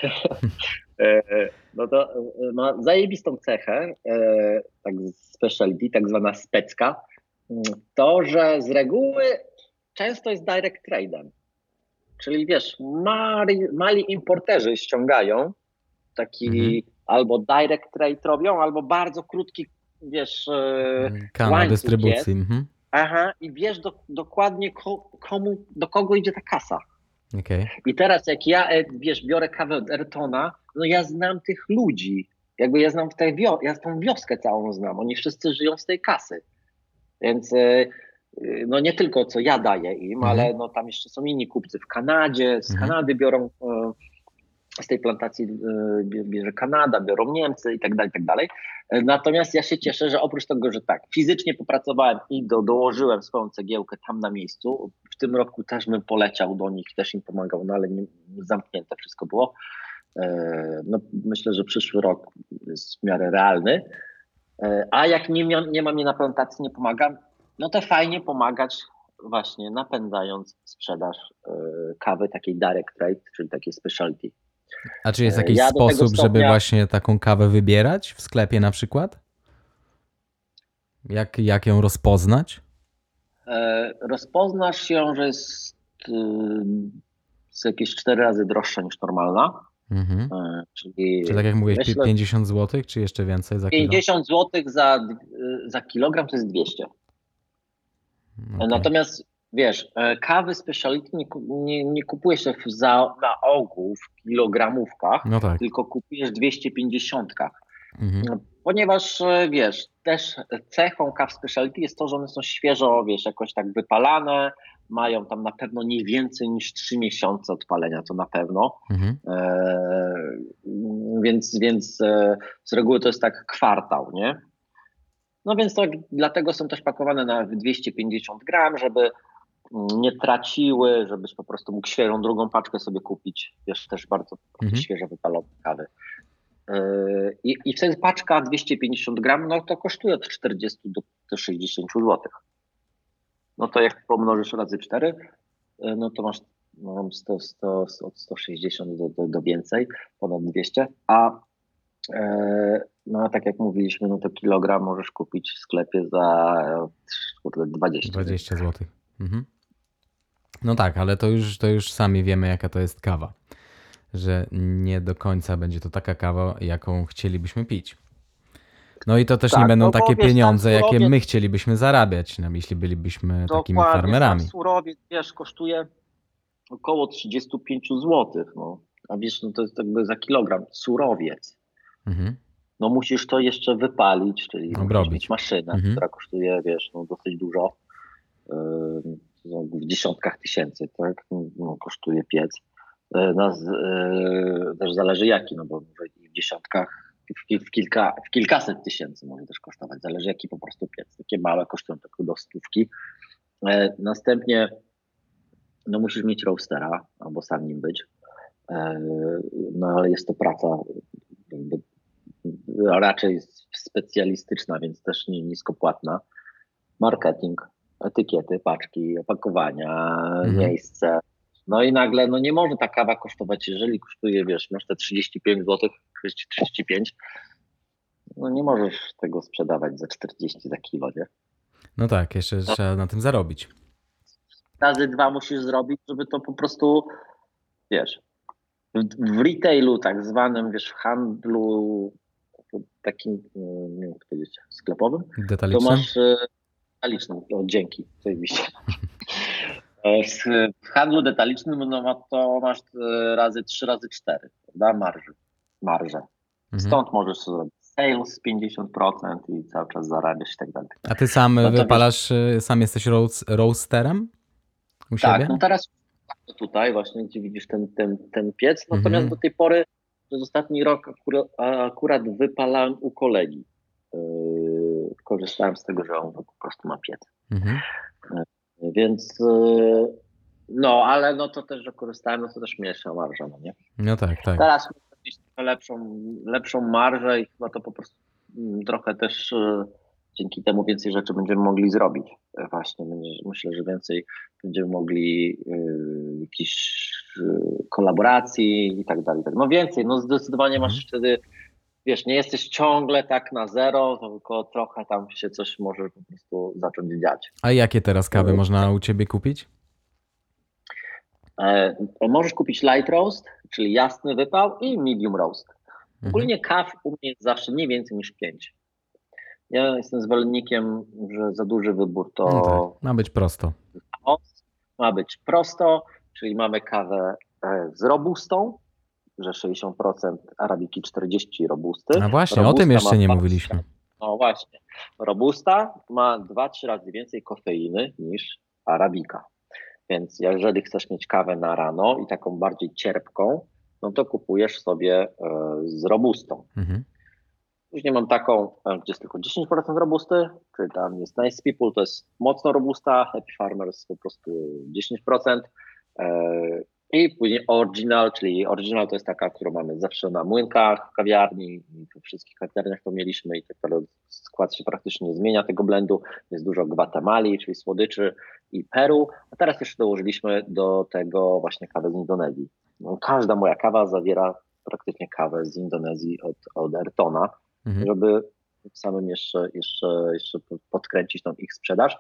No to ma zajebistą cechę, tak specialty, tak zwana specka, to, że z reguły często jest direct trade'em. Czyli wiesz, mali importerzy ściągają taki albo direct trade robią, albo bardzo krótki, wiesz, kanał dystrybucji. Aha, i wiesz dokładnie do kogo idzie ta kasa. Okay. I teraz jak ja, wiesz, biorę kawę od Ertona, no ja znam tych ludzi, jakby ja znam ja tą wioskę całą znam, oni wszyscy żyją z tej kasy. Więc no nie tylko co ja daję im, ale no tam jeszcze są inni kupcy w Kanadzie, z Kanady biorą, z tej plantacji bierze Kanada, biorą Niemcy i tak dalej. Natomiast ja się cieszę, że oprócz tego, że tak, fizycznie popracowałem i dołożyłem swoją cegiełkę tam na miejscu, w tym roku też bym poleciał do nich, też im pomagał, no ale zamknięte wszystko było. No myślę, że przyszły rok jest w miarę realny. A jak nie ma mnie na plantacji, nie pomagam, no to fajnie pomagać właśnie napędzając sprzedaż kawy takiej direct trade, czyli takiej specialty. A czy jest jakiś sposób, żeby właśnie taką kawę wybierać w sklepie na przykład? Jak ją rozpoznać? Rozpoznasz ją, że jest jakieś 4 razy droższa niż normalna. Czyli tak jak mówiłeś, myślę, 50 zł, czy jeszcze więcej za kilo? 50 zł za kilogram to jest 200. Okay. Natomiast wiesz, kawy speciality nie kupuje się na ogół w kilogramówkach, no tak, tylko kupujesz 250. Ponieważ wiesz, też cechą kaw speciality jest to, że one są świeżo, wiesz, jakoś tak wypalane, mają tam na pewno nie więcej niż 3 miesiące odpalenia, to na pewno. Więc z reguły to jest tak kwartał, nie? No więc to dlatego są też pakowane na 250 gram, żeby nie traciły, żebyś po prostu mógł świeżą drugą paczkę sobie kupić. Wiesz, też bardzo świeżo wypalone kawy. I wtedy paczka 250 gram, no to kosztuje od 40 do 60 zł. No to jak pomnożysz razy 4, no to masz od 160 do więcej, ponad 200. A No a tak jak mówiliśmy, no to kilogram możesz kupić w sklepie za 20. 20 zł. Mhm. No tak, ale to już sami wiemy, jaka to jest kawa. Że nie do końca będzie to taka kawa, jaką chcielibyśmy pić. No i to też nie Tak, będą no bo takie wiesz, pieniądze, sam jakie surowiec- my chcielibyśmy zarabiać, no, jeśli bylibyśmy takimi Dokładnie, farmerami. sam surowiec, wiesz, kosztuje około 35 zł, no. A wiesz, no to jest jakby za kilogram surowiec. Mhm. No musisz to jeszcze wypalić, czyli musisz Obrobić. mieć maszynę, Mhm. która kosztuje, wiesz, no dosyć dużo, w dziesiątkach tysięcy, tak, no, kosztuje piec. Też zależy jaki, no bo może i w dziesiątkach, w kilkaset tysięcy może też kosztować, zależy jaki po prostu piec. Takie małe kosztują tylko do stówki. Następnie no musisz mieć roastera, albo sam nim być. No ale jest to praca jakby raczej specjalistyczna, więc też nie niskopłatna. Marketing, etykiety, paczki, opakowania, miejsce. No i nagle, no nie może ta kawa kosztować, jeżeli kosztuje, wiesz, masz te 35 zł, 35, no nie możesz tego sprzedawać za 40 za kilo, nie? No tak, jeszcze trzeba na tym zarobić. Razy dwa musisz zrobić, żeby to po prostu, wiesz, w retailu tak zwanym, wiesz, w handlu takim, nie wiem jak powiedzieć, sklepowym, to Detalicznym? masz detaliczną, dzięki, zajebiście. W handlu detalicznym no, to masz razy 3, razy 4, prawda, marżę. Stąd możesz zrobić sales 50% i cały czas zarabiać i tak dalej. A ty sam No to wypalasz, sam jesteś roasterem u siebie? Tak, no teraz tutaj właśnie, gdzie widzisz ten piec, natomiast do tej pory przez ostatni rok akurat wypalałem u kolegi. Korzystałem z tego, że on po prostu ma piec. Więc no, ale no to też, że korzystałem, no to też mniejsza marża, no nie? No tak, tak. Teraz muszę mieć trochę lepszą marżę i chyba to po prostu trochę też dzięki temu więcej rzeczy będziemy mogli zrobić. Właśnie myślę, że więcej będziemy mogli jakichś kolaboracji i tak dalej. No więcej, no zdecydowanie masz wtedy, wiesz, nie jesteś ciągle tak na zero, tylko trochę tam się coś może po prostu zacząć dziać. A jakie teraz kawy można u ciebie kupić? Możesz kupić light roast, czyli jasny wypał, i medium roast. Ogólnie kaw u mnie jest zawsze nie więcej niż 5. Ja jestem zwolennikiem, że za duży wybór to... No tak, ma być prosto. Ma być prosto, czyli mamy kawę z robustą, że 60% arabiki, 40% robusty. A właśnie, Robusta o tym jeszcze nie 20. mówiliśmy. No właśnie. Robusta ma 2-3 razy więcej kofeiny niż arabika. Więc jeżeli chcesz mieć kawę na rano i taką bardziej cierpką, no to kupujesz sobie z robustą. Później mam taką, gdzie jest tylko 10% robusty, czyli tam jest Nice People, to jest mocno robusta, Happy Farmers po prostu 10%. I później Original, czyli Original to jest taka, którą mamy zawsze na młynkach, w kawiarni, i we wszystkich kawiarniach to mieliśmy i tak dalej. Skład się praktycznie nie zmienia tego blendu. Jest dużo Gwatemali, czyli słodyczy, i Peru, a teraz jeszcze dołożyliśmy do tego właśnie kawę z Indonezji. No, każda moja kawa zawiera praktycznie kawę z Indonezji od Ayrtona, żeby samym jeszcze podkręcić tą ich sprzedaż.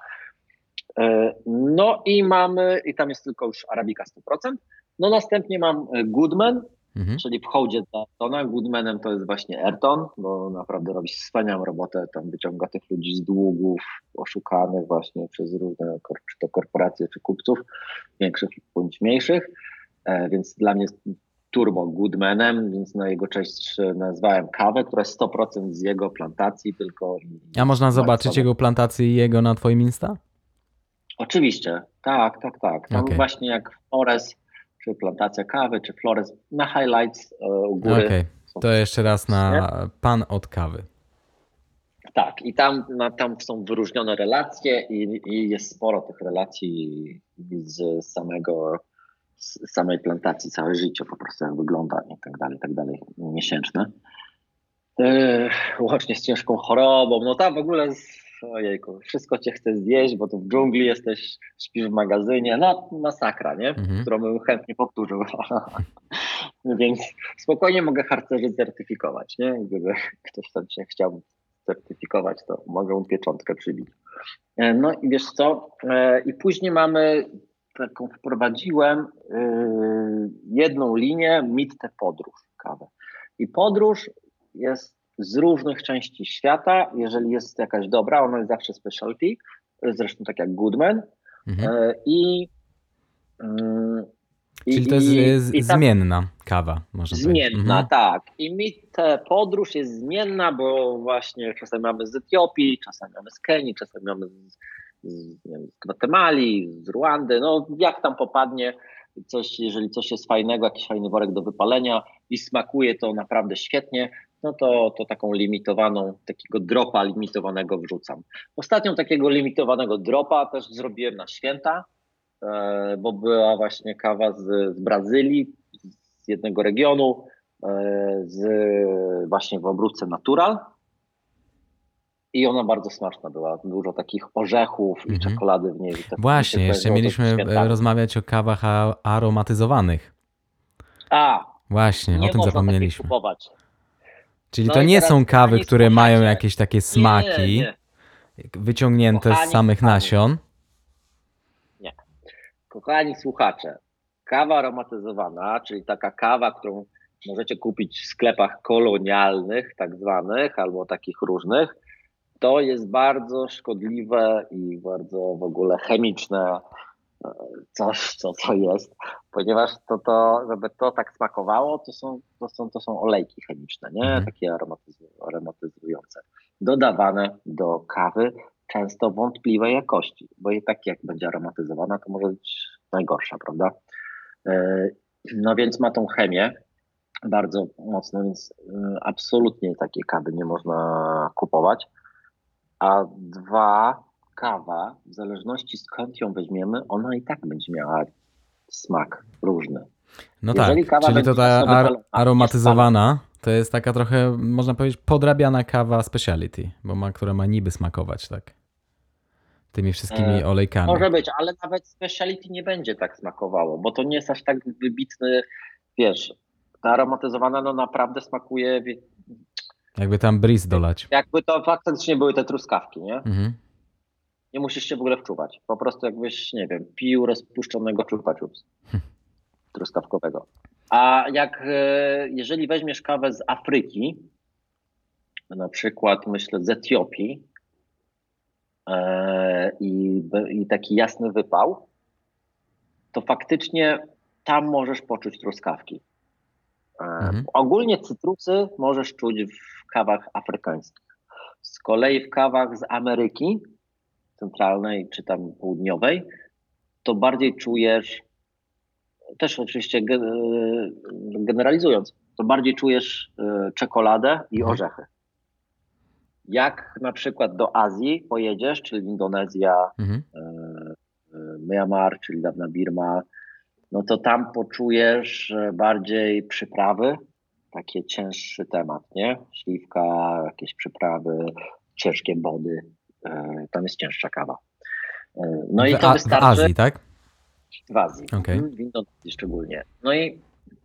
No i i tam jest tylko już arabika 100%. No następnie mam Goodman, czyli w hołdzie dla Ayrtona. Goodmanem to jest właśnie Ayrton, bo naprawdę robi wspaniałą robotę, tam wyciąga tych ludzi z długów oszukanych właśnie przez różne, czy to korporacje, czy kupców, większych bądź mniejszych, więc dla mnie jest turbo Goodmanem, więc na jego cześć nazwałem kawę, która jest 100% z jego plantacji tylko. A można zobaczyć jego plantację i jego na twoim Insta? Oczywiście, tak. Tam Okay. właśnie jak Flores, czy plantacja kawy, czy Flores, na highlights u góry. Okej, to jeszcze raz na pan od kawy. Tak, i tam są wyróżnione relacje i jest sporo tych relacji z samej plantacji, całe życie po prostu jak wygląda i tak dalej, miesięczne. Łącznie z ciężką chorobą, no tam w ogóle ojejku, wszystko cię chce zjeść, bo tu w dżungli jesteś, śpisz w magazynie, no masakra, nie? Którą bym chętnie powtórzył. Więc spokojnie mogę harcerzy certyfikować, nie? Gdyby ktoś tam się chciał certyfikować, to mogę mu pieczątkę przybić. No i wiesz co? I później mamy taką, wprowadziłem jedną linię, Mitte Podróż kawę. I podróż jest z różnych części świata. Jeżeli jest jakaś dobra, ona jest zawsze specialty, zresztą tak jak Goodman. Czyli to jest zmienna kawa, można powiedzieć. Zmienna, tak. I Mitte Podróż jest zmienna, bo właśnie czasem mamy z Etiopii, czasem mamy z Kenii, czasem mamy z Gwatemali, z Ruandy. No jak tam popadnie coś, jeżeli coś jest fajnego, jakiś fajny worek do wypalenia i smakuje to naprawdę świetnie, no to taką limitowaną, takiego dropa limitowanego wrzucam. Ostatnio takiego limitowanego dropa też zrobiłem na święta, bo była właśnie kawa z Brazylii, z jednego regionu, właśnie w obróbce natural i ona bardzo smaczna była. Dużo takich orzechów i czekolady w niej. Właśnie, jeszcze mieliśmy rozmawiać o kawach aromatyzowanych. Właśnie, o tym zapomnieliśmy. Kupować. Czyli to nie są kawy, które mają jakieś takie smaki wyciągnięte z samych nasion. Kochani słuchacze, kawa aromatyzowana, czyli taka kawa, którą możecie kupić w sklepach kolonialnych, tak zwanych, albo takich różnych, to jest bardzo szkodliwe i bardzo w ogóle chemiczne coś, co jest, ponieważ żeby to tak smakowało, to są olejki chemiczne, nie? Takie aromatyzujące, dodawane do kawy, często wątpliwej jakości, bo i tak jak będzie aromatyzowana, to może być najgorsza, prawda? No więc ma tą chemię bardzo mocno, więc absolutnie takiej kawy nie można kupować. A kawa, w zależności skąd ją weźmiemy, ona i tak będzie miała smak różny. No jeżeli tak, czyli to ta aromatyzowana to jest taka trochę, można powiedzieć, podrabiana kawa speciality, która ma niby smakować, tak? Tymi wszystkimi olejkami. Może być, ale nawet speciality nie będzie tak smakowało, bo to nie jest aż tak wybitny, wiesz, ta aromatyzowana no naprawdę smakuje... Jakby tam bris dolać. Jakby to faktycznie były te truskawki, nie? Nie musisz się w ogóle wczuwać. Po prostu jakbyś, nie wiem, pił rozpuszczonego chupa chups truskawkowego. A jeżeli weźmiesz kawę z Afryki, na przykład myślę z Etiopii i taki jasny wypał, to faktycznie tam możesz poczuć truskawki. Ogólnie cytrusy możesz czuć w kawach afrykańskich. Z kolei w kawach z Ameryki Centralnej czy tam Południowej to bardziej czujesz, też oczywiście generalizując, to bardziej czujesz czekoladę i orzechy. Jak na przykład do Azji pojedziesz, czyli Indonezja, Myanmar, czyli dawna Birma, no to tam poczujesz bardziej przyprawy, takie cięższy temat, nie? Śliwka, jakieś przyprawy, ciężkie body, tam jest cięższa kawa. No i to wystarczy. W Azji, tak? W Azji, okay. W Indonezji szczególnie. No i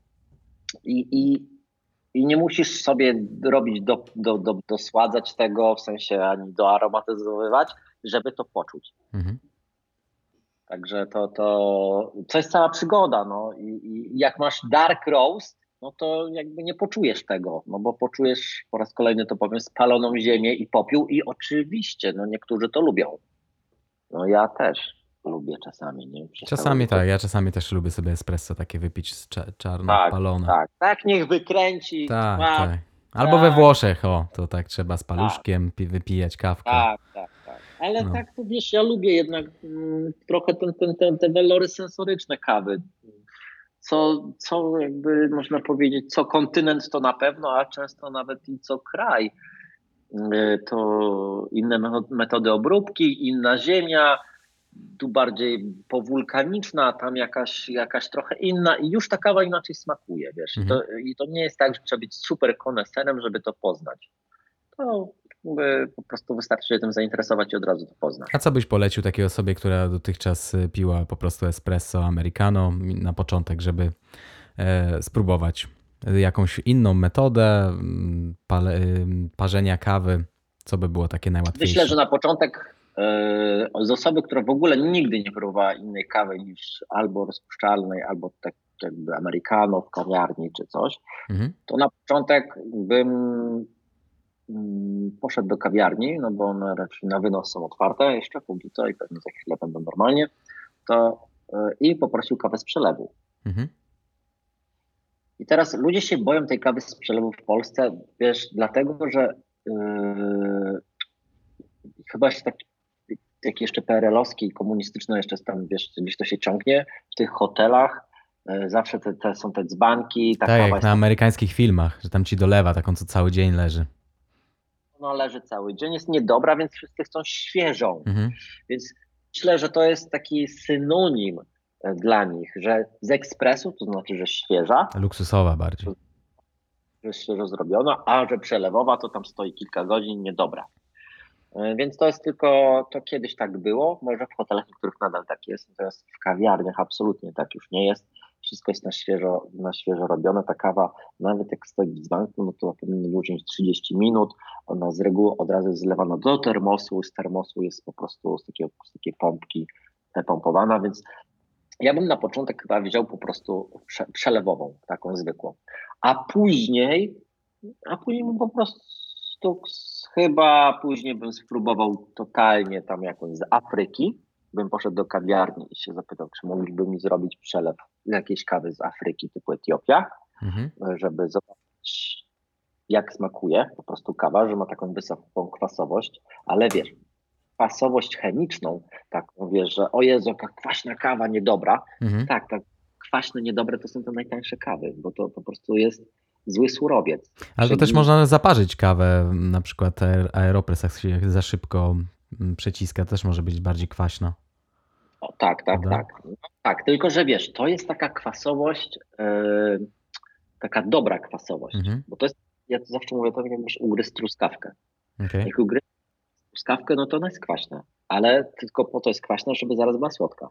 nie musisz sobie robić, dosładzać tego, w sensie ani doaromatyzowywać, żeby to poczuć. Także to jest cała przygoda, no i jak masz dark roast, no to jakby nie poczujesz tego, no bo poczujesz, po raz kolejny to powiem, spaloną ziemię i popiół i oczywiście, no niektórzy to lubią. No ja też lubię czasami, nie? Czasami tak, ja czasami też lubię sobie espresso takie wypić z palone. Tak, niech wykręci. Tak. Albo we Włoszech, to tak trzeba z paluszkiem wypijać kawkę. Tak. Ale tak, to wiesz, ja lubię jednak trochę te walory sensoryczne kawy. Co jakby można powiedzieć, co kontynent to na pewno, a często nawet i co kraj. To inne metody obróbki, inna ziemia, tu bardziej powulkaniczna, tam jakaś trochę inna i już ta kawa inaczej smakuje, wiesz. I to nie jest tak, że trzeba być super koneserem, żeby to poznać. To po prostu wystarczy się tym zainteresować i od razu to poznać. A co byś polecił takiej osobie, która dotychczas piła po prostu espresso americano na początek, żeby spróbować jakąś inną metodę parzenia kawy, co by było takie najłatwiejsze? Myślę, że na początek z osoby, która w ogóle nigdy nie próbowała innej kawy niż albo rozpuszczalnej, albo tak jakby americano w kawiarni czy coś, to na początek bym poszedł do kawiarni, no bo one raczej na wynos są otwarte jeszcze póki co i pewnie za chwilę będą normalnie, to i poprosił kawę z przelewu. I teraz ludzie się boją tej kawy z przelewu w Polsce, wiesz, dlatego, że chyba jeszcze tak jeszcze PRL-owski i komunistyczne jeszcze tam, wiesz, gdzieś to się ciągnie w tych hotelach, zawsze są te dzbanki. Tak, jak na amerykańskich filmach, że tam ci dolewa taką, co cały dzień leży. No leży cały dzień, jest niedobra, więc wszyscy chcą świeżą. Więc myślę, że to jest taki synonim dla nich, że z ekspresu, to znaczy, że świeża. Luksusowa bardziej. Że świeżo zrobiona, a że przelewowa to tam stoi kilka godzin, niedobra. Więc to jest tylko, to kiedyś tak było, może w hotelach niektórych nadal tak jest, natomiast w kawiarniach absolutnie tak już nie jest. Wszystko jest na świeżo robione. Ta kawa, nawet jak stoi w dzbanku, no to powinno dłużej niż 30 minut. Ona z reguły od razu jest zlewana do termosu. Z termosu jest po prostu z takiej pompki pompowana, więc ja bym na początek chyba wziął po prostu przelewową, taką zwykłą. A później bym po prostu chyba później bym spróbował totalnie tam jakąś z Afryki. Bym poszedł do kawiarni i się zapytał, czy mogliby mi zrobić przelew jakiejś kawy z Afryki typu Etiopia, żeby zobaczyć, jak smakuje po prostu kawa, że ma taką wysoką kwasowość, ale wiesz, kwasowość chemiczną, taką wiesz, że o Jezu, jaka kwaśna kawa, niedobra. Tak, kwaśne, niedobre to są te najtańsze kawy, bo to po prostu jest zły surowiec. Ale to też można zaparzyć kawę, na przykład Aeropress, jak się za szybko przeciska, też może być bardziej kwaśna. O, tak. Tak, tylko że wiesz, to jest taka kwasowość, taka dobra kwasowość, bo to jest, ja to zawsze mówię, to jakbyś ugryzł truskawkę. Jak ugryzł truskawkę, no to ona jest kwaśna, ale tylko po to jest kwaśna, żeby zaraz była słodka.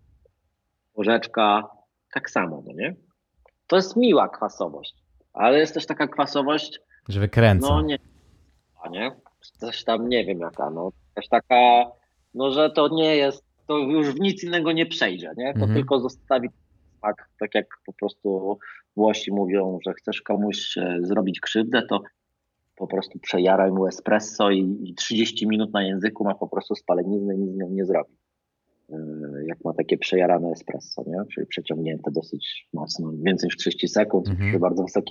Łożeczka, tak samo, no nie? To jest miła kwasowość, ale jest też taka kwasowość, że wykręca. No nie? Coś tam nie wiem jaka, no też taka, no że to nie jest, to już w nic innego nie przejdzie, nie? To tylko zostawi smak, tak jak po prostu Włosi mówią, że chcesz komuś zrobić krzywdę, to po prostu przejaraj mu espresso i 30 minut na języku ma po prostu spaleniznę i nic z nią nie zrobi. Jak ma takie przejarane espresso, nie? Czyli przeciągnięte dosyć mocno, więcej niż 30 sekund, przy bardzo wysokiej.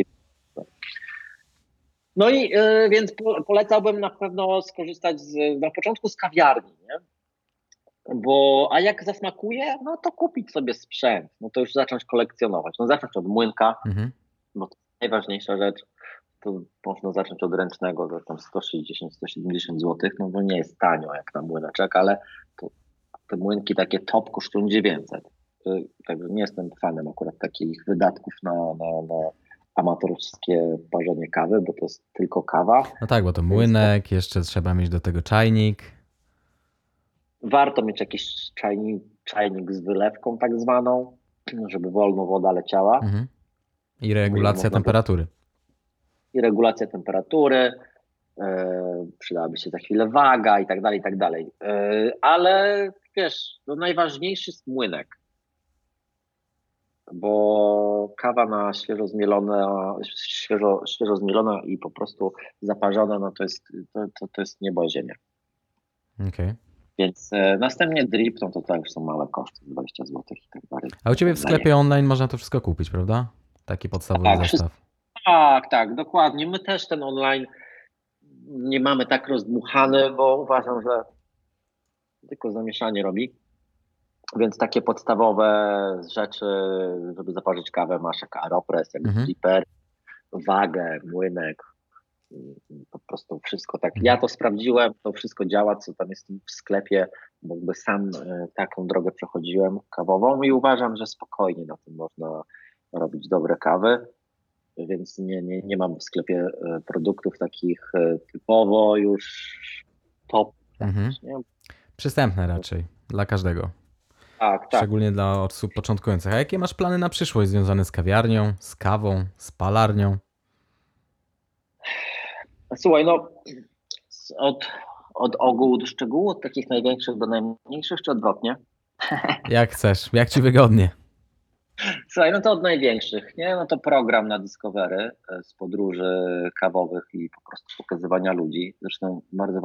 No i więc polecałbym na pewno skorzystać na początku z kawiarni, nie? A jak zasmakuje, no to kupić sobie sprzęt, no to już zacząć kolekcjonować. No zacząć od młynka, bo to jest najważniejsza rzecz. To można zacząć od ręcznego za tam 160-170 zł, no to nie jest tanio jak na młyneczek, ale te młynki takie top kosztują 900. Także nie jestem fanem akurat takich wydatków na amatorskie parzenie kawy, bo to jest tylko kawa. No tak, bo to młynek, jeszcze trzeba mieć do tego czajnik. Warto mieć jakiś czajnik z wylewką tak zwaną, żeby wolno woda leciała. I regulacja temperatury. Przydałaby się za chwilę waga i tak dalej. Ale wiesz, no najważniejszy jest młynek. Bo kawa na świeżo zmielona i po prostu zaparzona, no to jest niebo i ziemia. Okay. Więc następnie drip, no to już są małe koszty, 20 zł i tak dalej. A u Ciebie w sklepie online można to wszystko kupić, prawda? Taki podstawowy zestaw. Tak, dokładnie. My też ten online nie mamy tak rozdmuchany, bo uważam, że tylko zamieszanie robi. Więc takie podstawowe rzeczy, żeby zaparzyć kawę, masz jak Aeropress, jak dripper, wagę, młynek, po prostu wszystko tak. Ja to sprawdziłem, to wszystko działa, co tam jest w sklepie, bo jakby sam taką drogę przechodziłem kawową i uważam, że spokojnie na tym można robić dobre kawy, więc nie mam w sklepie produktów takich typowo już top. Przystępne raczej, dla każdego. Tak, tak. szczególnie dla osób początkujących. A jakie masz plany na przyszłość związane z kawiarnią, z kawą, z palarnią? Słuchaj, no od ogółu do szczegółu, od takich największych do najmniejszych, czy odwrotnie? Jak chcesz, jak ci wygodnie. Słuchaj, no to od największych, nie? No to program na Discovery z podróży kawowych i po prostu pokazywania ludzi. Zresztą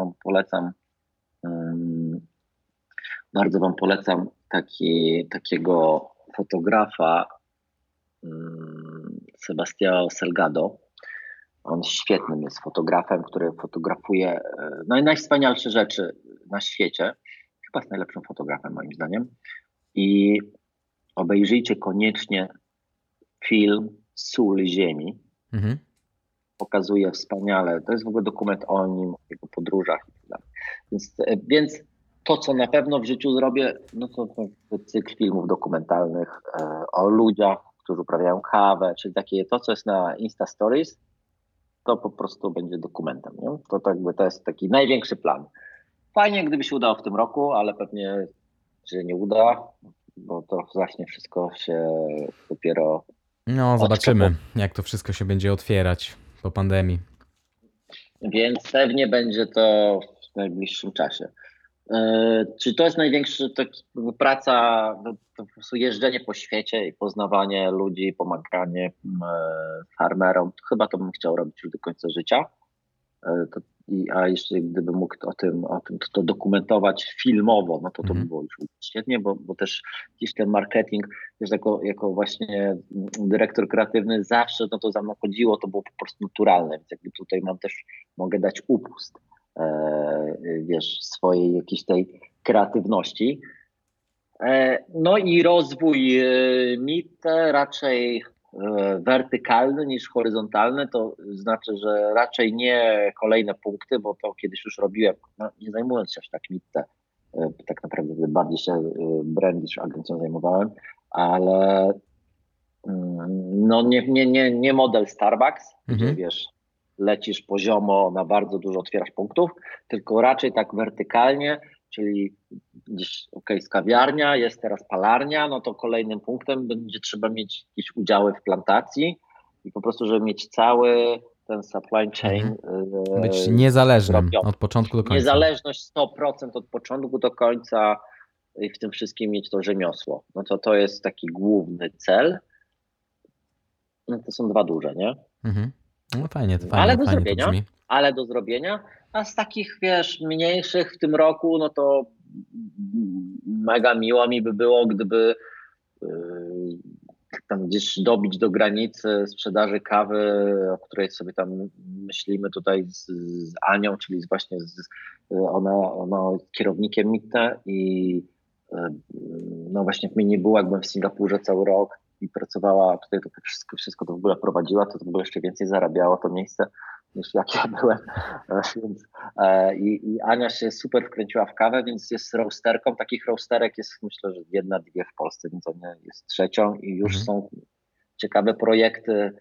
bardzo wam polecam takiego fotografa Sebastião Salgado. On świetnym jest fotografem, który fotografuje najwspanialsze rzeczy na świecie. Chyba jest najlepszym fotografem moim zdaniem. I obejrzyjcie koniecznie film Sól Ziemi. Mhm. Pokazuje wspaniale. To jest w ogóle dokument o nim, o jego podróżach i tak dalej. Więc to, co na pewno w życiu zrobię, no to cykl filmów dokumentalnych o ludziach, którzy uprawiają kawę, czyli takie to, co jest na Insta Stories, to po prostu będzie dokumentem. Nie? To jest taki największy plan. Fajnie, gdyby się udało w tym roku, ale pewnie się nie uda, bo to zacznie wszystko się dopiero. No, zobaczymy, jak to wszystko się będzie otwierać po pandemii. Więc pewnie będzie to w najbliższym czasie. Czy to jest największy praca, to po prostu jeżdżenie po świecie i poznawanie ludzi, pomaganie farmerom. Chyba to bym chciał robić już do końca życia. A jeszcze gdybym mógł o tym to dokumentować filmowo, no to by było już świetnie, bo też gdzieś ten marketing, też jako właśnie dyrektor kreatywny zawsze no to za mną chodziło, to było po prostu naturalne, więc jakby tutaj mogę dać upust, swojej jakiejś tej kreatywności. No i rozwój MIT raczej wertykalny niż horyzontalny, to znaczy, że raczej nie kolejne punkty, bo to kiedyś już robiłem, no, nie zajmując się aż tak MIT, tak naprawdę bardziej się brandish agencją zajmowałem, ale no nie model Starbucks, gdzie wiesz, lecisz poziomo, na bardzo dużo otwierasz punktów, tylko raczej tak wertykalnie, czyli gdzieś jest kawiarnia, jest teraz palarnia, no to kolejnym punktem będzie trzeba mieć jakieś udziały w plantacji i po prostu, żeby mieć cały ten supply chain. Być niezależnym od początku do końca. Niezależność 100% od początku do końca i w tym wszystkim mieć to rzemiosło. No to jest taki główny cel. No to są dwa duże, nie? No fajnie, to brzmi. Ale do zrobienia, a z takich, wiesz, mniejszych w tym roku, no to mega miło mi by było, gdyby tam gdzieś dobić do granicy sprzedaży kawy, o której sobie tam myślimy tutaj z Anią, czyli właśnie ona kierownikiem MIT i no właśnie w mnie była, jak byłem w Singapurze cały rok i pracowała tutaj, to wszystko to w ogóle prowadziła, to w ogóle jeszcze więcej zarabiało to miejsce niż jak ja byłem. Więc, i Ania się super wkręciła w kawę, więc jest roasterką. Takich roasterek jest myślę, że jedna, dwie w Polsce, więc ona jest trzecią i już są ciekawe projekty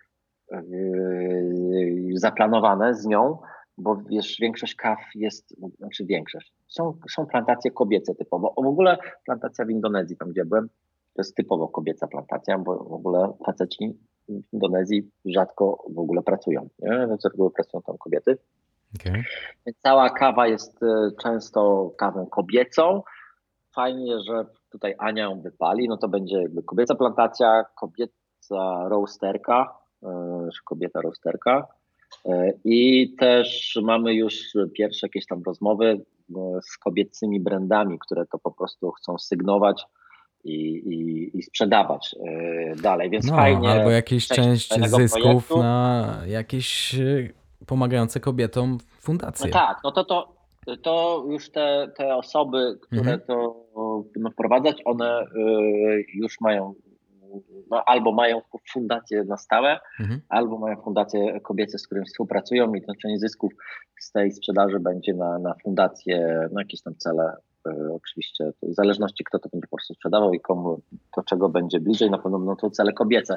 zaplanowane z nią, bo wiesz, większość kaw jest, znaczy większość, są plantacje kobiece typowo. W ogóle plantacja w Indonezji, tam gdzie byłem, to jest typowo kobieca plantacja, bo w ogóle faceci w Indonezji rzadko w ogóle pracują, nie? No, z reguły pracują tam kobiety. Okay. Więc cała kawa jest często kawą kobiecą. Fajnie, że tutaj Ania ją wypali, no to będzie jakby kobieca plantacja, kobieca roasterka, czy kobieta roasterka. I też mamy już pierwsze jakieś tam rozmowy z kobiecymi brandami, które to po prostu chcą sygnować i sprzedawać dalej, więc fajnie. Albo jakieś część zysków projektu na jakieś pomagające kobietom fundacje. No tak, no to już te osoby, które to wprowadzać, one już mają albo mają fundację na stałe, albo mają fundacje kobiece, z którymi współpracują i to część zysków z tej sprzedaży będzie na fundację, na jakieś tam cele. Oczywiście w zależności kto to będzie po prostu sprzedawał i komu to czego będzie bliżej, na pewno to cele kobiece.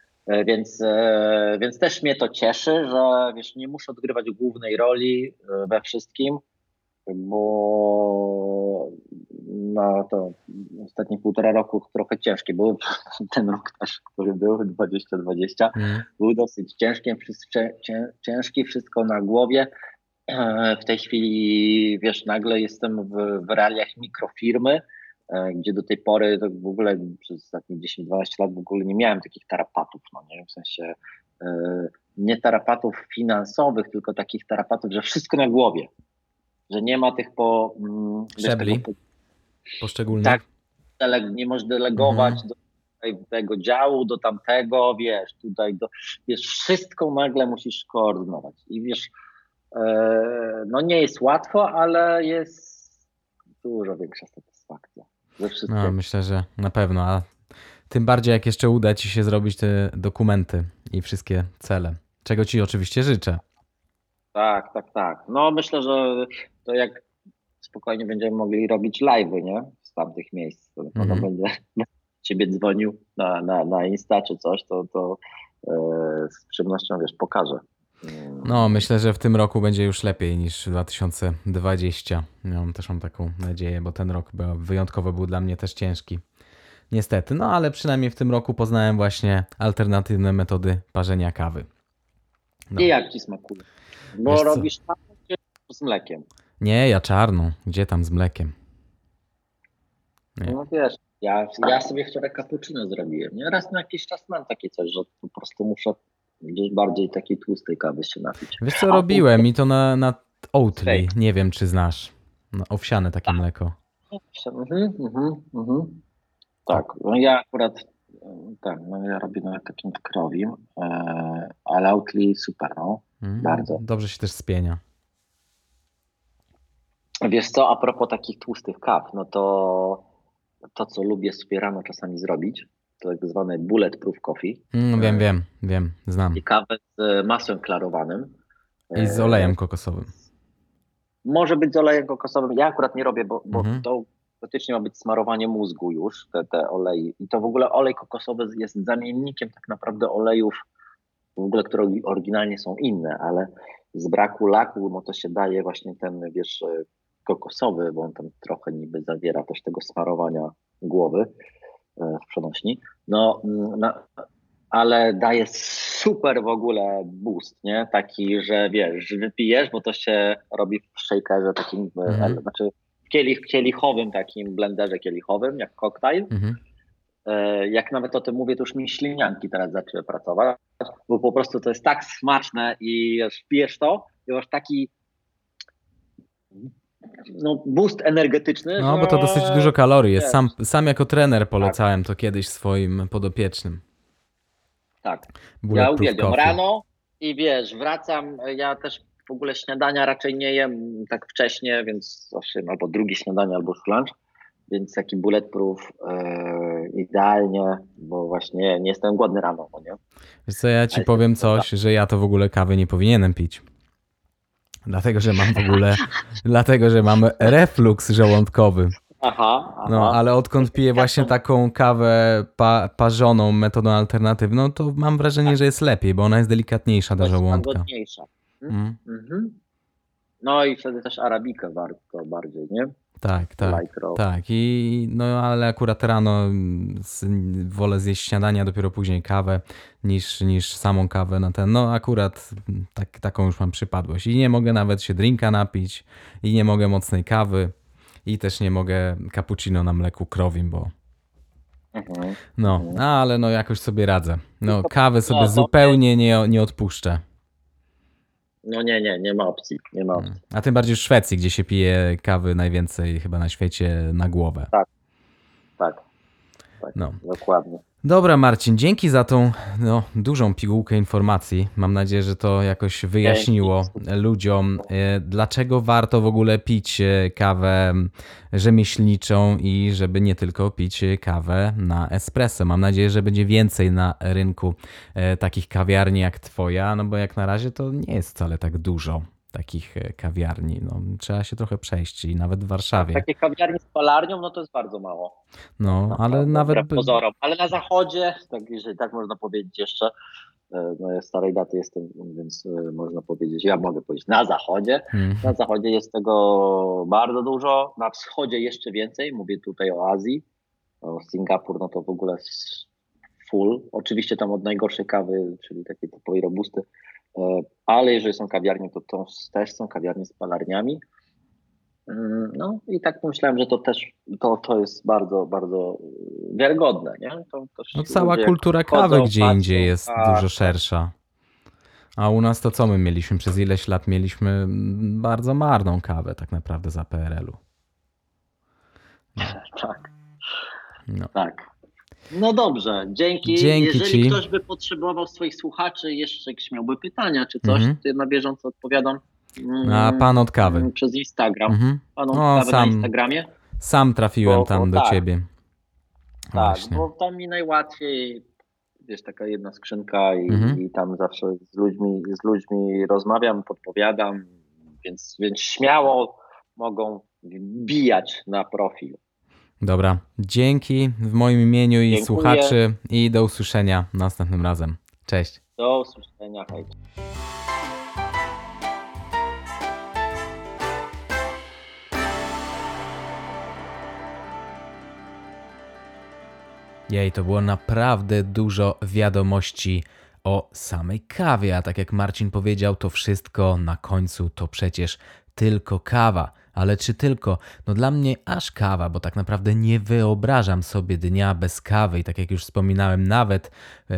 Więc też mnie to cieszy, że wiesz, nie muszę odgrywać głównej roli we wszystkim, bo no to ostatnie 1,5 roku trochę ciężkie było. Ten rok też, który był, 2020, był dosyć ciężki, wszystko na głowie. W tej chwili, wiesz, nagle jestem w realiach mikrofirmy, gdzie do tej pory to w ogóle przez ostatnie 10-12 lat w ogóle nie miałem takich tarapatów, no nie? W sensie nie tarapatów finansowych, tylko takich tarapatów, że wszystko na głowie, że nie ma tych szczebli poszczególnych. Tak, nie możesz delegować do tego działu, do tamtego, wiesz, tutaj, wiesz, wszystko nagle musisz koordynować i wiesz, no nie jest łatwo, ale jest dużo większa satysfakcja ze wszystkiego. No, myślę, że na pewno, a tym bardziej jak jeszcze uda ci się zrobić te dokumenty i wszystkie cele, czego ci oczywiście życzę. Tak. No myślę, że to jak spokojnie będziemy mogli robić live'y, nie? Z tamtych miejsc, to będę ciebie dzwonił na Insta czy coś, to z przyjemnością, wiesz, pokażę. No, myślę, że w tym roku będzie już lepiej niż 2020. Ja też mam taką nadzieję, bo ten rok wyjątkowo był dla mnie też ciężki. Niestety, no ale przynajmniej w tym roku poznałem właśnie alternatywne metody parzenia kawy. No. I jak ci smakuje? Bo Wiesz co? robisz czarną czy z mlekiem? Nie, ja czarną. Gdzie tam z mlekiem? Nie. No wiesz, ja sobie wczoraj cappuccino zrobiłem. Nie? Raz na jakiś czas mam takie coś, że po prostu muszę gdzieś bardziej takiej tłustej kawy się napić. Wiesz co robiłem? I to na Oatly. Nie wiem, czy znasz. No, owsiane takie mleko. Tak, no ja akurat no ja robię na takim krowim, ale Oatly super, no, bardzo. Dobrze się też spienia. Wiesz co, a propos takich tłustych kaw, no to co lubię sobie rano czasami zrobić, to tak zwany bulletproof coffee. Wiem, znam. I kawę z masłem klarowanym. I z olejem kokosowym. Może być z olejem kokosowym. Ja akurat nie robię, bo to faktycznie ma być smarowanie mózgu już, te oleje. I to w ogóle olej kokosowy jest zamiennikiem tak naprawdę olejów, w ogóle, które oryginalnie są inne, ale z braku laku, no to się daje właśnie ten, wiesz, kokosowy, bo on tam trochę niby zawiera też tego smarowania głowy w przenośni. Ale daje super w ogóle boost, nie? Taki, że wiesz, wypijesz, bo to się robi w shakerze takim, znaczy w kielichowym takim blenderze kielichowym, jak koktajl. Jak nawet o tym mówię, to już mi ślinianki teraz zaczęły pracować, bo po prostu to jest tak smaczne i pijesz to i masz taki boost energetyczny. No, bo to dosyć dużo kalorii jest. Sam jako trener polecałem to kiedyś swoim podopiecznym. Tak, ja uwielbiam. Rano i wiesz, wracam, ja też w ogóle śniadania raczej nie jem tak wcześnie, więc albo drugie śniadanie, albo lunch, więc taki bulletproof idealnie, bo właśnie nie jestem głodny rano, nie? Wiesz co, ja ci powiem coś, że ja to w ogóle kawy nie powinienem pić. Dlatego, że mam refluks żołądkowy. Aha. No, ale odkąd piję właśnie taką kawę parzoną metodą alternatywną, to mam wrażenie, że jest lepiej, bo ona jest delikatniejsza dla żołądka. Łagodniejsza. No i wtedy też arabikę warto bardziej, nie? Tak. I no, ale akurat rano wolę zjeść śniadania, dopiero później kawę, niż samą kawę na ten. No akurat taką już mam przypadłość. I nie mogę nawet się drinka napić, i nie mogę mocnej kawy, i też nie mogę cappuccino na mleku krowim, bo ale no jakoś sobie radzę. No kawy sobie zupełnie nie odpuszczę. No nie ma opcji. A tym bardziej w Szwecji, gdzie się pije kawy najwięcej chyba na świecie na głowę. Tak. No. Dokładnie. Dobra, Marcin, dzięki za tą dużą pigułkę informacji. Mam nadzieję, że to jakoś wyjaśniło ludziom, dlaczego warto w ogóle pić kawę rzemieślniczą i żeby nie tylko pić kawę na espresso. Mam nadzieję, że będzie więcej na rynku takich kawiarni jak twoja, no bo jak na razie to nie jest wcale tak dużo takich kawiarni. No, trzeba się trochę przejść i nawet w Warszawie. Takie kawiarnie z palarnią, no to jest bardzo mało. No, ale nawet... Pozorom. Ale na zachodzie, tak, jeżeli tak można powiedzieć jeszcze, no ja starej daty jestem, więc można powiedzieć, ja mogę powiedzieć na zachodzie. Na zachodzie jest tego bardzo dużo, na wschodzie jeszcze więcej, mówię tutaj o Azji, o Singapur, no to w ogóle full. Oczywiście tam od najgorszej kawy, czyli takiej typowej robusty, ale jeżeli są kawiarnie, to też są kawiarnie z palarniami. No i tak pomyślałem, że to też to jest bardzo, bardzo wiarygodne, nie? No cała kultura kawy gdzie indziej jest dużo szersza. A u nas to co my mieliśmy? Przez ileś lat mieliśmy bardzo marną kawę tak naprawdę za PRL-u. No. Tak. No dobrze, dzięki. Jeżeli ci. Ktoś by potrzebował swoich słuchaczy, jeszcze jakieś miałby pytania czy coś, to na bieżąco odpowiadam. A pan od kawy. Przez Instagram. Pan od kawy na Instagramie. Sam trafiłem tam do ciebie. Tak, właśnie. Bo tam mi najłatwiej, jest taka jedna skrzynka i tam zawsze z ludźmi rozmawiam, podpowiadam, więc śmiało mogą wbijać na profil. Dobra, dzięki w moim imieniu i słuchaczy i do usłyszenia następnym razem. Cześć. Do usłyszenia, hej. Jej, to było naprawdę dużo wiadomości o samej kawie, a tak jak Marcin powiedział, to wszystko na końcu to przecież tylko kawa. Ale czy tylko? No dla mnie aż kawa, bo tak naprawdę nie wyobrażam sobie dnia bez kawy i tak jak już wspominałem, nawet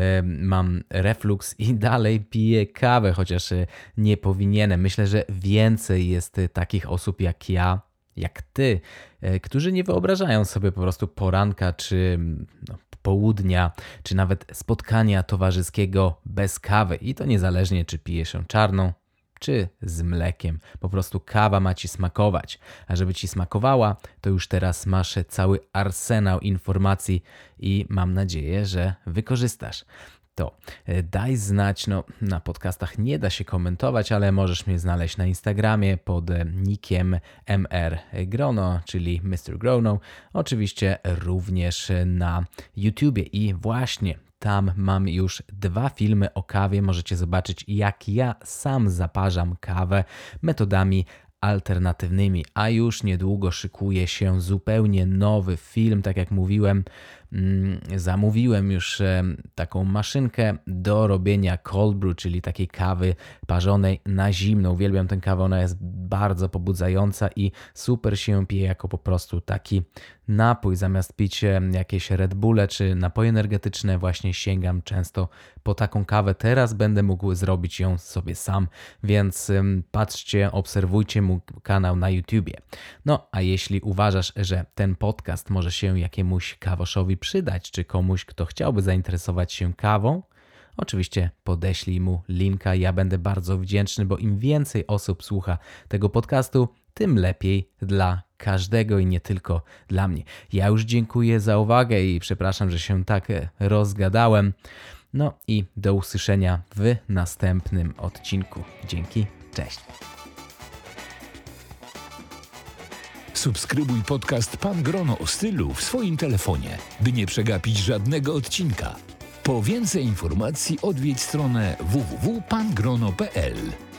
mam refluks i dalej piję kawę, chociaż nie powinienem. Myślę, że więcej jest takich osób jak ja, jak ty, którzy nie wyobrażają sobie po prostu poranka czy południa, czy nawet spotkania towarzyskiego bez kawy i to niezależnie czy pije się czarną, czy z mlekiem. Po prostu kawa ma ci smakować. A żeby ci smakowała, to już teraz masz cały arsenał informacji i mam nadzieję, że wykorzystasz. To daj znać, na podcastach nie da się komentować, ale możesz mnie znaleźć na Instagramie pod nickiem mrgrono, czyli Mr. Grono. Oczywiście również na YouTubie i właśnie tam mam już 2 filmy o kawie. Możecie zobaczyć, jak ja sam zaparzam kawę metodami alternatywnymi, a już niedługo szykuje się zupełnie nowy film. Tak jak mówiłem, zamówiłem już taką maszynkę do robienia cold brew, czyli takiej kawy parzonej na zimno. Uwielbiam tę kawę, ona jest bardzo pobudzająca i super się pije jako po prostu taki napój. Zamiast pić jakieś Red Bulle czy napoje energetyczne, właśnie sięgam często po taką kawę. Teraz będę mógł zrobić ją sobie sam, więc patrzcie, obserwujcie mój kanał na YouTubie. No, a jeśli uważasz, że ten podcast może się jakiemuś kawoszowi przydać, czy komuś, kto chciałby zainteresować się kawą, oczywiście podeślij mu linka. Ja będę bardzo wdzięczny, bo im więcej osób słucha tego podcastu, tym lepiej dla każdego i nie tylko dla mnie. Ja już dziękuję za uwagę i przepraszam, że się tak rozgadałem. No i do usłyszenia w następnym odcinku. Dzięki, cześć. Subskrybuj podcast Pan Grono o stylu w swoim telefonie, by nie przegapić żadnego odcinka. Po więcej informacji odwiedź stronę www.pangrono.pl.